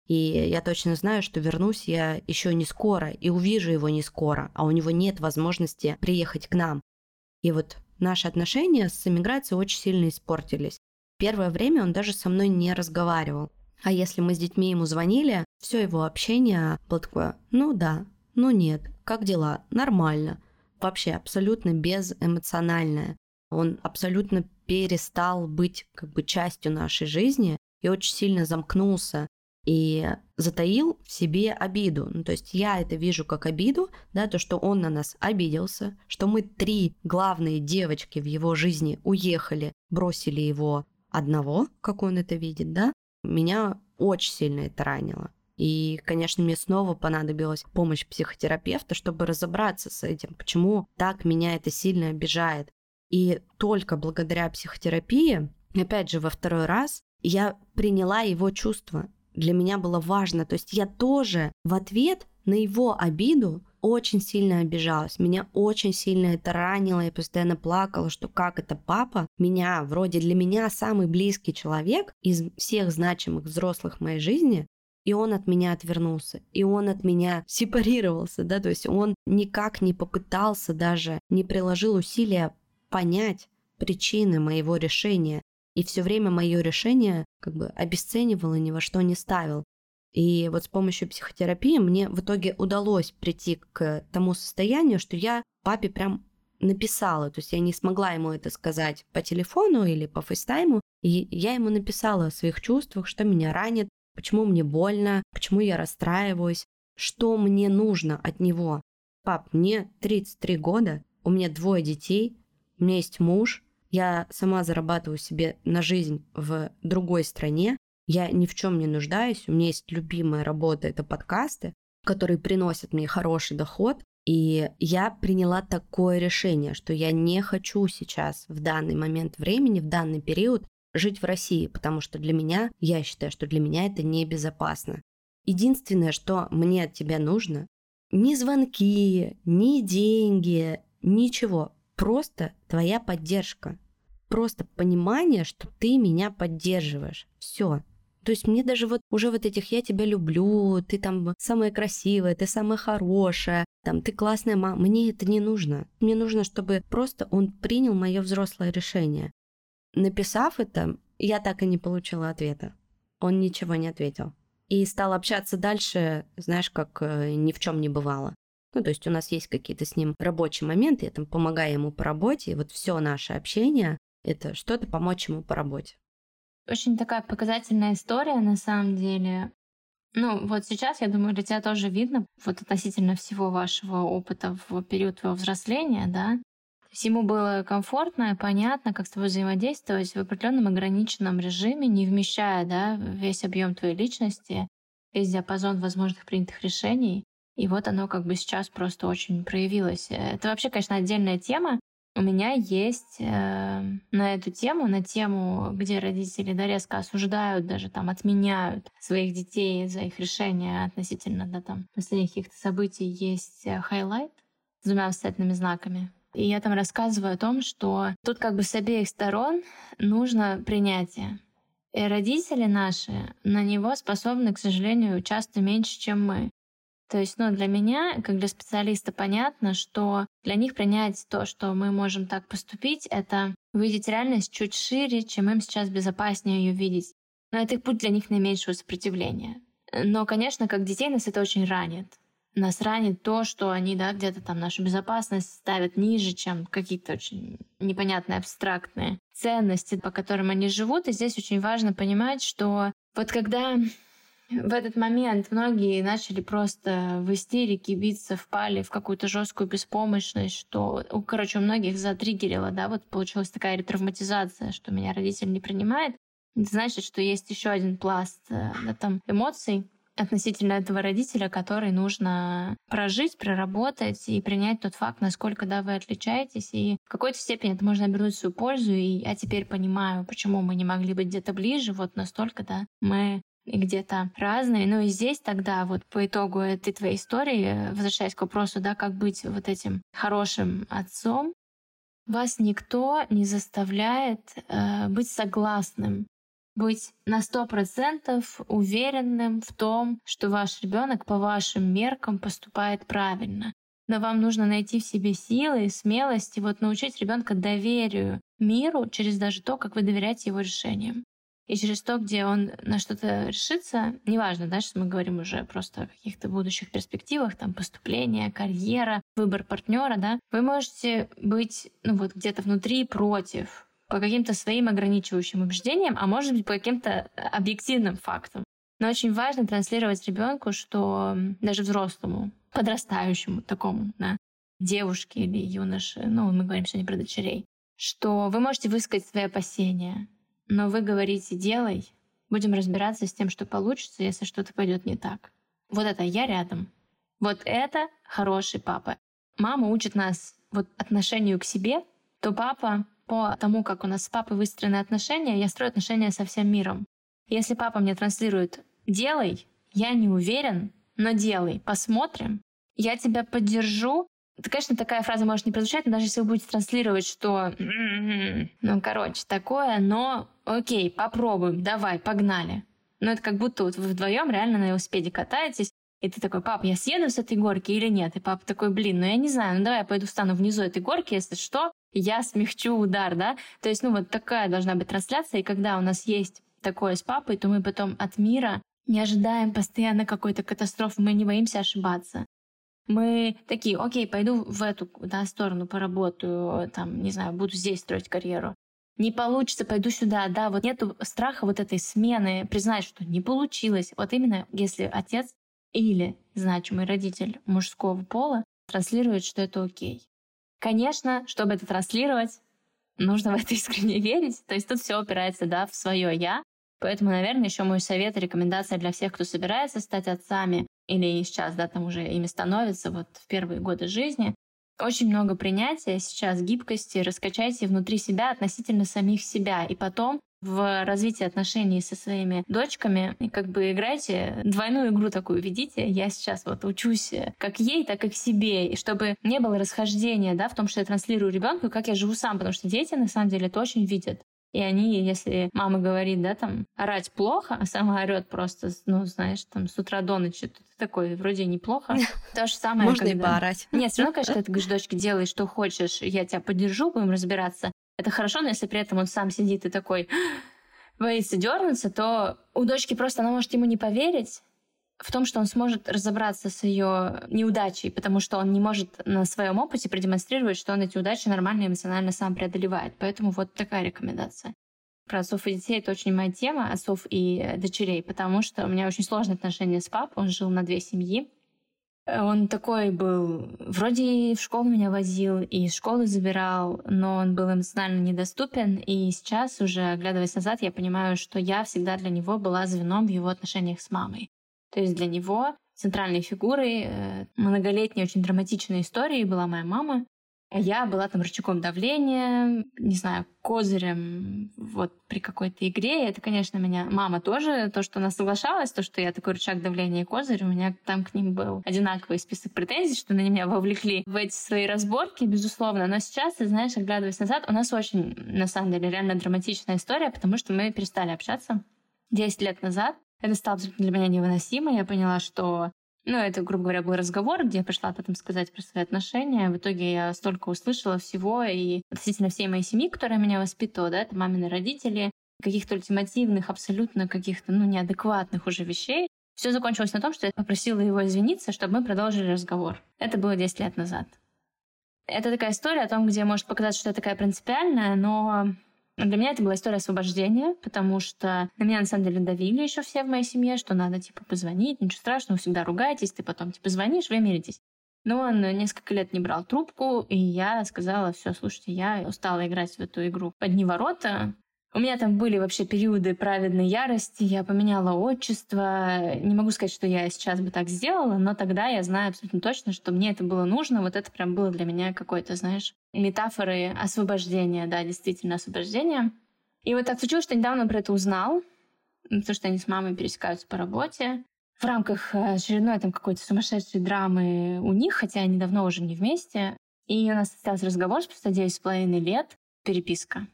Speaker 2: И я точно знаю, что вернусь я еще не скоро и увижу его не скоро, а у него нет возможности приехать к нам. И вот наши отношения с эмиграцией очень сильно испортились. Первое время он даже со мной не разговаривал. А если мы с детьми ему звонили, все его общение было такое: ну да, ну нет, как дела? Нормально. Вообще абсолютно безэмоциональное. Он абсолютно перестал быть как бы частью нашей жизни и очень сильно замкнулся и затаил в себе обиду. Ну, то есть я это вижу как обиду, да, то, что он на нас обиделся, что мы три главные девочки в его жизни уехали, бросили его одного, как он это видит, да. Меня очень сильно это ранило. И, конечно, мне снова понадобилась помощь психотерапевта, чтобы разобраться с этим, почему так меня это сильно обижает. И только благодаря психотерапии, опять же, во второй раз, я приняла его чувства. Для меня было важно. То есть я тоже в ответ на его обиду очень сильно обижалась. Меня очень сильно это ранило. Я постоянно плакала, что как это папа, меня, вроде для меня самый близкий человек из всех значимых взрослых в моей жизни, и он от меня отвернулся, и он от меня сепарировался, да, то есть он никак не попытался даже, не приложил усилия понять причины моего решения, и все время мое решение как бы обесценивало, ни во что не ставил. И вот с помощью психотерапии мне в итоге удалось прийти к тому состоянию, что я папе прям написала, то есть я не смогла ему это сказать по телефону или по фейстайму, и я ему написала о своих чувствах, что меня ранит, почему мне больно, почему я расстраиваюсь, что мне нужно от него. Пап, мне тридцать три года, у меня двое детей, у меня есть муж, я сама зарабатываю себе на жизнь в другой стране, я ни в чем не нуждаюсь, у меня есть любимая работа, это подкасты, которые приносят мне хороший доход, и я приняла такое решение, что я не хочу сейчас в данный момент времени, в данный период жить в России, потому что для меня, я считаю, что для меня это небезопасно. Единственное, что мне от тебя нужно, ни звонки, ни деньги, ничего, просто твоя поддержка, просто понимание, что ты меня поддерживаешь. Все. То есть мне даже вот уже вот этих «я тебя люблю», «ты там самая красивая», «ты самая хорошая», там «ты классная мама», мне это не нужно. Мне нужно, чтобы просто он принял мое взрослое решение. Написав это, я так и не получила ответа. Он ничего не ответил. И стал общаться дальше, знаешь, как э, ни в чем не бывало. Ну, то есть у нас есть какие-то с ним рабочие моменты, я там помогаю ему по работе, и вот все наше общение — это что-то помочь ему по работе.
Speaker 1: Очень такая показательная история на самом деле. Ну, вот сейчас, я думаю, для тебя тоже видно, вот относительно всего вашего опыта в период твоего взросления, да, то есть ему было комфортно, понятно, как с тобой взаимодействовать в определенном ограниченном режиме, не вмещая, да, весь объем твоей личности, весь диапазон возможных принятых решений. И вот оно как бы сейчас просто очень проявилось. Это вообще, конечно, отдельная тема. У меня есть э, на эту тему, на тему, где родители, да, резко осуждают, даже там отменяют своих детей за их решения относительно, да, там последних каких-то событий, есть хайлайт с двумя восклицательными знаками. И я там рассказываю о том, что тут как бы с обеих сторон нужно принятие. И родители наши на него способны, к сожалению, часто меньше, чем мы. То есть, ну, для меня, как для специалиста, понятно, что для них принять то, что мы можем так поступить, это увидеть реальность чуть шире, чем им сейчас безопаснее ее видеть. Но это путь для них наименьшего сопротивления. Но, конечно, как детей нас это очень ранит. Нас ранит то, что они, да, где-то там нашу безопасность ставят ниже, чем какие-то очень непонятные абстрактные ценности, по которым они живут. И здесь очень важно понимать, что вот когда в этот момент многие начали просто в истерике биться, впали в какую-то жесткую беспомощность, что, короче, у многих затриггерило, да, вот получилась такая ретравматизация, что меня родитель не принимает. Это значит, что есть еще один пласт, да, там, эмоций относительно этого родителя, который нужно прожить, проработать и принять тот факт, насколько, да, вы отличаетесь. И в какой-то степени это можно обернуть в свою пользу. И я теперь понимаю, почему мы не могли быть где-то ближе, вот настолько, да, мы и где-то разные. Ну и здесь тогда вот по итогу этой твоей истории, возвращаясь к вопросу, да, как быть вот этим хорошим отцом, вас никто не заставляет э, быть согласным быть на сто процентов уверенным в том, что ваш ребенок по вашим меркам поступает правильно. Но вам нужно найти в себе силы, смелость и вот научить ребенка доверию миру через даже то, как вы доверяете его решениям. И через то, где он на что-то решится, неважно, да, что мы говорим уже просто о каких-то будущих перспективах, там поступление, карьера, выбор партнера, да, вы можете быть, ну вот где-то внутри против, по каким-то своим ограничивающим убеждениям, а может быть по каким-то объективным фактам. Но очень важно транслировать ребенку, что даже взрослому, подрастающему такому, да, девушке или юноше, ну мы говорим сегодня про дочерей, что вы можете высказать свои опасения, но вы говорите «делай», будем разбираться с тем, что получится, если что-то пойдет не так. Вот это «я рядом». Вот это хороший папа. Мама учит нас вот отношению к себе, то папа по тому, как у нас с папой выстроены отношения, я строю отношения со всем миром. Если папа мне транслирует «делай», я не уверен, но делай, посмотрим, я тебя поддержу. Это, конечно, такая фраза может не прозвучать, но даже если вы будете транслировать, что ну, короче, такое, но окей, попробуем, давай, погнали. Но это как будто вот вы вдвоем реально на велосипеде катаетесь, и ты такой: пап, я съеду с этой горки или нет? И папа такой: блин, ну я не знаю, ну давай я пойду встану внизу этой горки, если что, я смягчу удар, да? То есть, ну вот такая должна быть трансляция, и когда у нас есть такое с папой, то мы потом от мира не ожидаем постоянно какой-то катастрофы, мы не боимся ошибаться. Мы такие: окей, пойду в эту, да, сторону поработаю, там, не знаю, буду здесь строить карьеру. Не получится, пойду сюда, да, вот нету страха вот этой смены, признать, что не получилось. Вот именно если отец или значимый родитель мужского пола транслирует, что это окей. Конечно, чтобы это транслировать, нужно в это искренне верить. То есть тут все опирается, да, в свое «я». Поэтому, наверное, еще мой совет и рекомендация для всех, кто собирается стать отцами или сейчас, да, там уже ими становится вот в первые годы жизни. Очень много принятия сейчас, гибкости, раскачайте внутри себя относительно самих себя. И потом в развитии отношений со своими дочками как бы играйте двойную игру такую, ведите. Я сейчас вот учусь как ей, так и к себе. И чтобы не было расхождения, да, в том, что я транслирую ребенку, как я живу сам. Потому что дети, на самом деле, это очень видят. И они, если мама говорит, да, там, орать плохо, а сама орёт просто, ну, знаешь, там, с утра до ночи, то ты такой, вроде неплохо. То же самое,
Speaker 2: можно
Speaker 1: когда...
Speaker 2: и поорать.
Speaker 1: Нет, все равно, конечно, ты говоришь: дочке, делай, что хочешь, я тебя поддержу, будем разбираться. Это хорошо, но если при этом он сам сидит и такой боится дернуться, то у дочки просто она может ему не поверить в том, что он сможет разобраться с ее неудачей, потому что он не может на своем опыте продемонстрировать, что он эти удачи нормально эмоционально сам преодолевает. Поэтому вот такая рекомендация. Про отцов и детей — это очень моя тема, отцов и дочерей, потому что у меня очень сложные отношения с папой, он жил на две семьи. Он такой был, вроде в школу меня возил и из школы забирал, но он был эмоционально недоступен. И сейчас, уже оглядываясь назад, я понимаю, что я всегда для него была звеном в его отношениях с мамой. То есть для него центральной фигурой многолетней, очень драматичной истории была моя мама. А я была там рычагом давления, не знаю, козырем вот при какой-то игре. И это, конечно, меня... Мама тоже, то, что она соглашалась, то, что я такой рычаг давления и козырь, у меня там к ним был одинаковый список претензий, что они меня вовлекли в эти свои разборки, безусловно. Но сейчас, ты знаешь, оглядываясь назад, у нас очень, на самом деле, реально драматичная история, потому что мы перестали общаться десять лет назад. Это стало абсолютно для меня невыносимо. Я поняла, что... Ну, это, грубо говоря, был разговор, где я пришла потом сказать про свои отношения. В итоге я столько услышала всего и относительно всей моей семьи, которая меня воспитывала, да, это мамины родители, каких-то ультимативных, абсолютно каких-то, ну, неадекватных уже вещей. Все закончилось на том, что я попросила его извиниться, чтобы мы продолжили разговор. Это было десять лет назад. Это такая история о том, где может показаться, что я такая принципиальная, но... Для меня это была история освобождения, потому что на меня, на самом деле, давили еще все в моей семье, что надо, типа, позвонить, ничего страшного, вы всегда ругаетесь, ты потом, типа, звонишь, вы миритесь. Но он несколько лет не брал трубку, и я сказала: все, слушайте, я устала играть в эту игру «Одни ворота». У меня там были вообще периоды праведной ярости, я поменяла отчество. Не могу сказать, что я сейчас бы так сделала, но тогда я знаю абсолютно точно, что мне это было нужно. Вот это прям было для меня какой-то, знаешь, метафорой освобождения, да, действительно освобождения. И вот так случилось, что недавно про это узнал, потому что они с мамой пересекаются по работе. В рамках очередной там какой-то сумасшедшей драмы у них, хотя они давно уже не вместе. И у нас состоялся разговор спустя девять с половиной лет, переписка.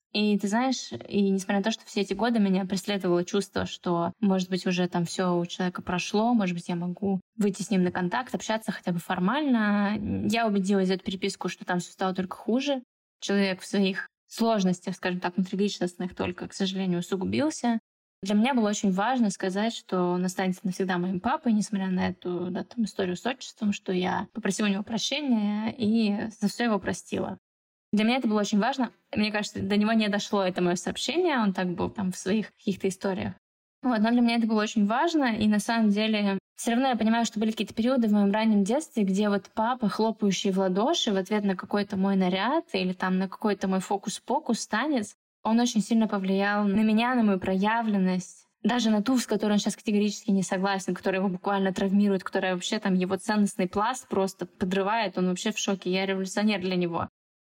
Speaker 1: И ты знаешь, и несмотря на то, что все эти годы меня преследовало чувство, что, может быть, уже там все у человека прошло, может быть, я могу выйти с ним на контакт, общаться хотя бы формально, я убедилась за эту переписку, что там все стало только хуже. Человек в своих сложностях, скажем так, внутриличностных только, к сожалению, усугубился. Для меня было очень важно сказать, что он останется навсегда моим папой, несмотря на эту да, там, историю с отчеством, что я попросила у него прощения и за все его простила. Для меня это было очень важно. Мне кажется, до него не дошло это мое сообщение, он так был там в своих каких-то историях. Вот, но для меня это было очень важно, и на самом деле все равно я понимаю, что были какие-то периоды в моем раннем детстве, где вот папа, хлопающий в ладоши в ответ на какой-то мой наряд или там на какой-то мой фокус-покус, танец, он очень сильно повлиял на меня, на мою проявленность. Даже на ту, с которой он сейчас категорически не согласен, которая его буквально травмирует, которая вообще там его ценностный пласт просто подрывает, он вообще в шоке, я революционер для него.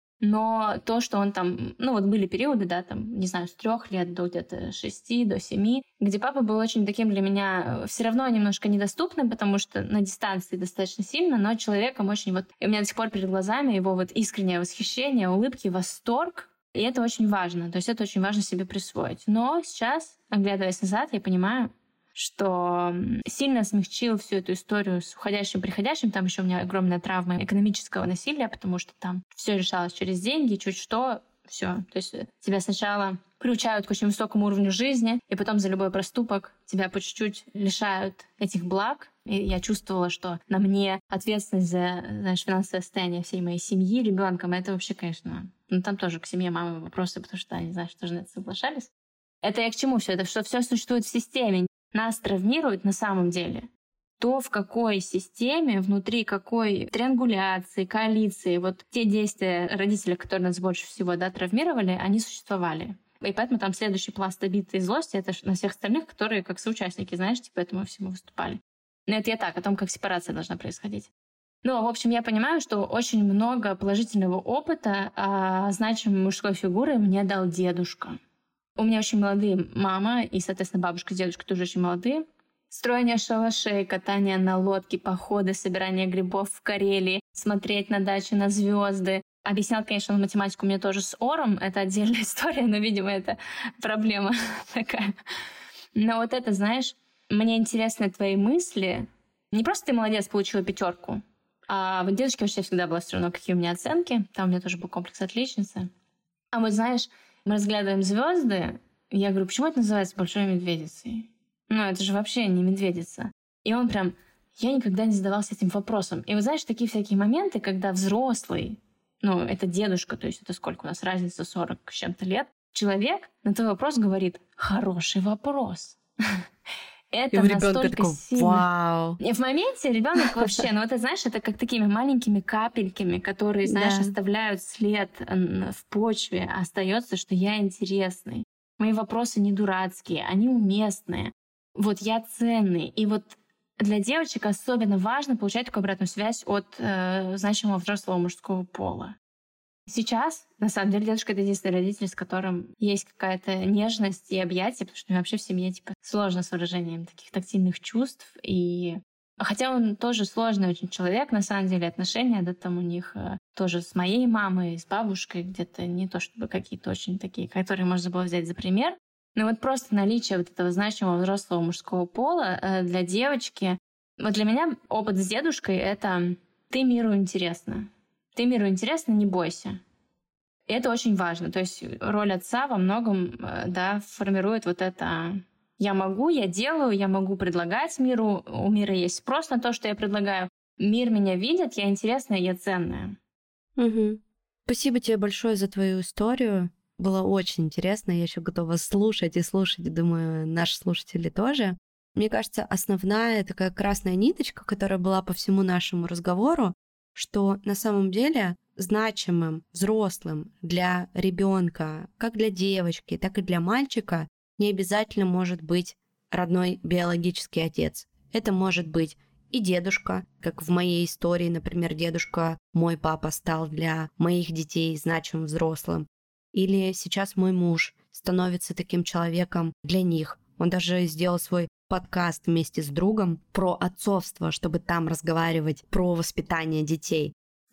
Speaker 1: Но то, что он там... Ну, вот были периоды, да, там, не знаю, с трех лет до где-то шести, до семи, где папа был очень таким для меня все равно немножко недоступным, потому что на дистанции достаточно сильно, но человеком очень вот... И у меня до сих пор перед глазами его вот искреннее восхищение, улыбки, восторг. И это очень важно. То есть это очень важно себе присвоить. Но сейчас, оглядываясь назад, я понимаю, что сильно смягчил всю эту историю с уходящим, приходящим. Там еще у меня огромная травма экономического насилия, потому что там все решалось через деньги, чуть что, все. То есть тебя сначала приучают к очень высокому уровню жизни, и потом за любой проступок тебя по чуть-чуть лишают этих благ. И я чувствовала, что на мне ответственность за, знаешь, финансовое состояние всей моей семьи, ребенком. Это вообще, конечно... Ну, там тоже к семье мамы вопросы, потому что они, знаешь, тоже на это соглашались. Это я к чему все это? Что все существует в системе. Нас травмирует на самом деле то, в какой системе, внутри какой триангуляции, коалиции, вот те действия родителей, которые нас больше всего да, травмировали, они существовали. И поэтому там следующий пласт обиды и злости — это на всех остальных, которые как соучастники, знаешь, типа этому всему выступали. Но это я так, о том, как сепарация должна происходить. Ну, в общем, я понимаю, что очень много положительного опыта а, значимой мужской фигуры мне дал дедушка. У меня очень молодые мама и, соответственно, бабушка с дедушкой тоже очень молодые. Строение шалашей, катание на лодке, походы, собирание грибов в Карелии, смотреть на даче на звезды. Объяснял, конечно, он математику мне тоже с ором. Это отдельная история, но, видимо, это проблема такая. Но вот это, знаешь, мне интересны твои мысли. Не просто ты молодец, получила пятерку, а вот дедушке вообще всегда было все равно, какие у меня оценки. Там у меня тоже был комплекс отличницы. А вот, знаешь, мы разглядываем звезды, и я говорю, почему это называется большой медведицей? Ну, это же вообще не медведица. И он прям, я никогда не задавался этим вопросом. И вы знаешь, такие всякие моменты, когда взрослый, ну, это дедушка, то есть это сколько у нас разница, сорок с чем-то лет, человек на твой вопрос говорит, хороший вопрос. Это настолько сильно.
Speaker 2: Вау.
Speaker 1: И в моменте ребенок вообще, ну это, знаешь, это как такими маленькими капельками, которые, знаешь, да. оставляют след в почве, а остается, что я интересный. Мои вопросы не дурацкие, они уместные. Вот я ценный. И вот для девочек особенно важно получать такую обратную связь от э, значимого взрослого мужского пола. Сейчас, на самом деле, дедушка — это единственный родитель, с которым есть какая-то нежность и объятие, потому что вообще в семье типа сложно с выражением таких тактильных чувств. И хотя он тоже сложный очень человек, на самом деле отношения, да, там у них э, тоже с моей мамой, с бабушкой где-то не то чтобы какие-то очень такие, которые можно было взять за пример. Но вот просто наличие вот этого значимого взрослого мужского пола э, для девочки. Вот для меня опыт с дедушкой — это «ты миру интересна». Ты миру интересна, не бойся. И это очень важно. То есть роль отца во многом да, формирует вот это «я могу, я делаю, я могу предлагать миру, у мира есть спрос на то, что я предлагаю, мир меня видит, я интересная, я ценная».
Speaker 2: Угу. Спасибо тебе большое за твою историю. Было очень интересно. Я еще готова слушать и слушать, думаю, наши слушатели тоже. Мне кажется, основная такая красная ниточка, которая была по всему нашему разговору, что на самом деле значимым взрослым для ребенка, как для девочки, так и для мальчика, не обязательно может быть родной биологический отец. Это может быть и дедушка, как в моей истории, например, дедушка, мой папа стал для моих детей значимым взрослым. Или сейчас мой муж становится таким человеком для них. Он даже сделал свой подкаст вместе с другом про отцовство, чтобы там разговаривать про воспитание детей.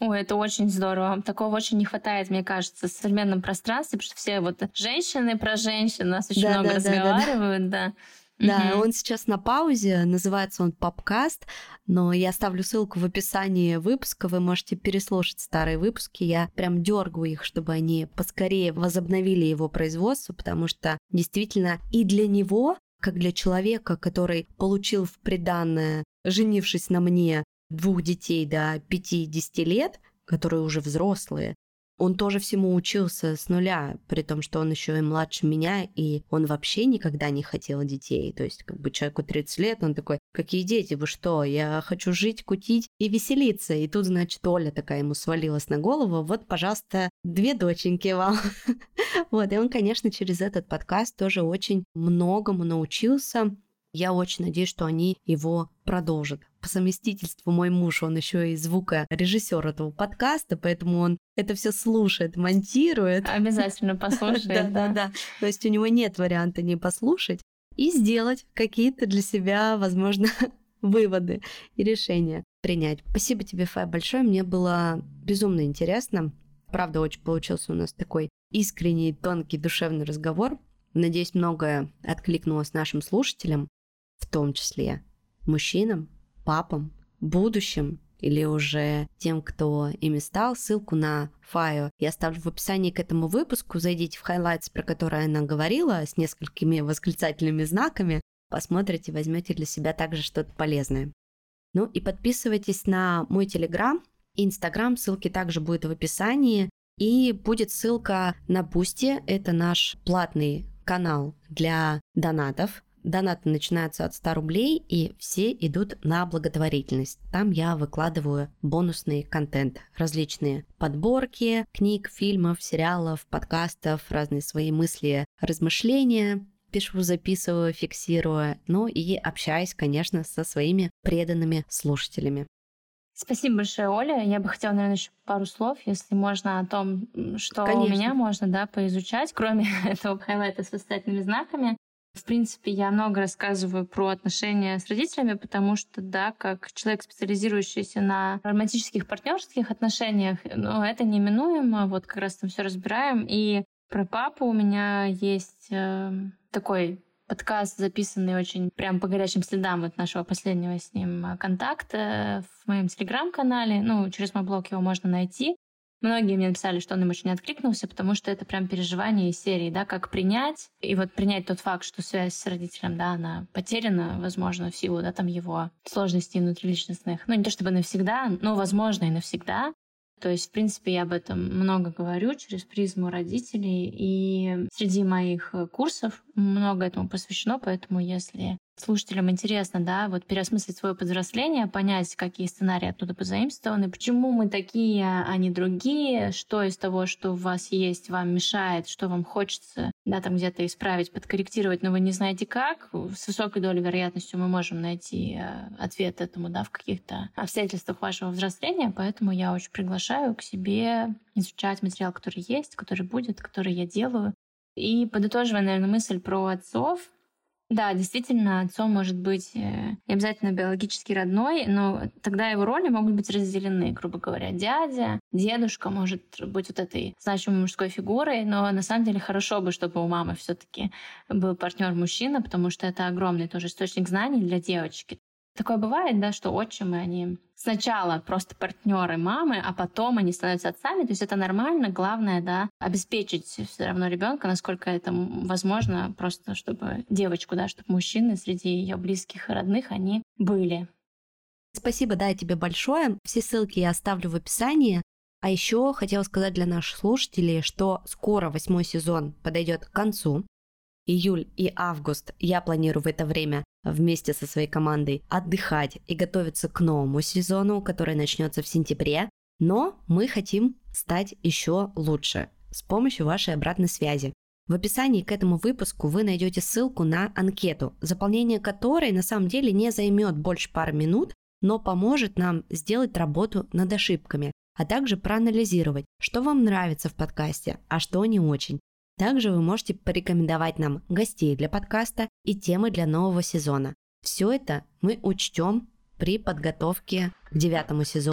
Speaker 1: Ой, это очень здорово. Такого очень не хватает, мне кажется, в современном пространстве, потому что все вот женщины про женщин, у нас очень
Speaker 2: Да,
Speaker 1: много
Speaker 2: да, да, да, да.
Speaker 1: разговаривают, да.
Speaker 2: Да,
Speaker 1: Мгм.
Speaker 2: он сейчас на паузе, называется он «Попкаст», но я оставлю ссылку в описании выпуска, вы можете переслушать старые выпуски, я прям дергаю их, чтобы они поскорее возобновили его производство, потому что действительно и для него, как для человека, который получил в приданое, женившись на мне, двух детей до пяти-десяти лет, которые уже взрослые, он тоже всему учился с нуля, при том, что он еще и младше меня, и он вообще никогда не хотел детей. То есть, как бы человеку тридцать лет, он такой: какие дети, вы что? Я хочу жить, кутить и веселиться. И тут, значит, Оля такая ему свалилась на голову: вот, пожалуйста, две доченьки вам. Вот, и он, конечно, через этот подкаст тоже очень многому научился. Я очень надеюсь, что они его продолжат. По совместительству мой муж, он еще и звукорежиссер этого подкаста, поэтому он это все слушает, монтирует.
Speaker 1: Обязательно послушает, да.
Speaker 2: Да. То есть у него нет варианта не послушать и сделать какие-то для себя, возможно, выводы и решения принять. Спасибо тебе, Фая, большое. Мне было безумно интересно. Правда, очень получился у нас такой искренний, тонкий, душевный разговор. Надеюсь, многое откликнулось нашим слушателям, в том числе мужчинам, папам, будущим или уже тем, кто ими стал. Ссылку на Фаю я оставлю в описании к этому выпуску. Зайдите в хайлайтс, про который она говорила, с несколькими восклицательными знаками. Посмотрите, возьмете для себя также что-то полезное. Ну и подписывайтесь на мой Телеграм и Инстаграм. Ссылки также будут в описании. И будет ссылка на Бусти. Это наш платный канал для донатов. Донаты начинаются от ста рублей, и все идут на благотворительность. Там я выкладываю бонусный контент, различные подборки книг, фильмов, сериалов, подкастов, разные свои мысли, размышления. Пишу, записываю, фиксирую, ну и общаюсь, конечно, со своими преданными слушателями.
Speaker 1: Спасибо большое, Оля. Я бы хотела, наверное, еще пару слов, если можно, о том, что
Speaker 2: Конечно.
Speaker 1: у меня можно, да, поизучать, кроме этого хайлайта с восклицательными знаками. В принципе, я много рассказываю про отношения с родителями, потому что, да, как человек, специализирующийся на романтических партнерских отношениях, ну, это неминуемо, вот как раз там все разбираем. И про папу у меня есть э, такой подкаст, записанный очень прям по горячим следам от нашего последнего с ним контакта в моем телеграм-канале. Ну, через мой блог его можно найти. Многие мне написали, что он им очень откликнулся, потому что это прям переживание из серии, да, как принять. И вот принять тот факт, что связь с родителем, да, она потеряна, возможно, в силу, да, там его сложностей внутриличностных. Ну, не то чтобы навсегда, но, возможно, и навсегда. То есть, в принципе, я об этом много говорю через призму родителей. И среди моих курсов много этому посвящено, поэтому если слушателям интересно, да, вот переосмыслить свое повзросление, понять, какие сценарии оттуда позаимствованы, почему мы такие, а не другие, что из того, что у вас есть, вам мешает, что вам хочется, да, там где-то исправить, подкорректировать, но вы не знаете как, с высокой долей вероятностью мы можем найти ответ этому, да, в каких-то обстоятельствах вашего взросления, поэтому я очень приглашаю к себе изучать материал, который есть, который будет, который я делаю. И подытоживая, наверное, мысль про отцов, да, действительно, отцом может быть не обязательно биологически родной, но тогда его роли могут быть разделены, грубо говоря. Дядя, дедушка может быть вот этой значимой мужской фигурой, но на самом деле хорошо бы, чтобы у мамы все-таки был партнер-мужчина, потому что это огромный тоже источник знаний для девочки. Такое бывает, да, что отчимы, они сначала просто партнеры мамы, а потом они становятся отцами. То есть это нормально. Главное, да, обеспечить все равно ребенка, насколько это возможно, просто чтобы девочку, да, чтобы мужчины среди ее близких и родных они были.
Speaker 2: Спасибо, да, тебе большое. Все ссылки я оставлю в описании. А еще хотела сказать для наших слушателей, что скоро восьмой сезон подойдет к концу. Июль и август я планирую в это время вместе со своей командой отдыхать и готовиться к новому сезону, который начнется в сентябре. Но мы хотим стать еще лучше с помощью вашей обратной связи. В описании к этому выпуску вы найдете ссылку на анкету, заполнение которой на самом деле не займет больше пары минут, но поможет нам сделать работу над ошибками, а также проанализировать, что вам нравится в подкасте, а что не очень. Также вы можете порекомендовать нам гостей для подкаста и темы для нового сезона. Все это мы учтем при подготовке к девятому сезону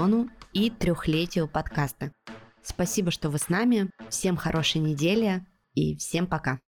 Speaker 2: и трехлетию подкаста. Спасибо, что вы с нами. Всем хорошей недели и всем пока.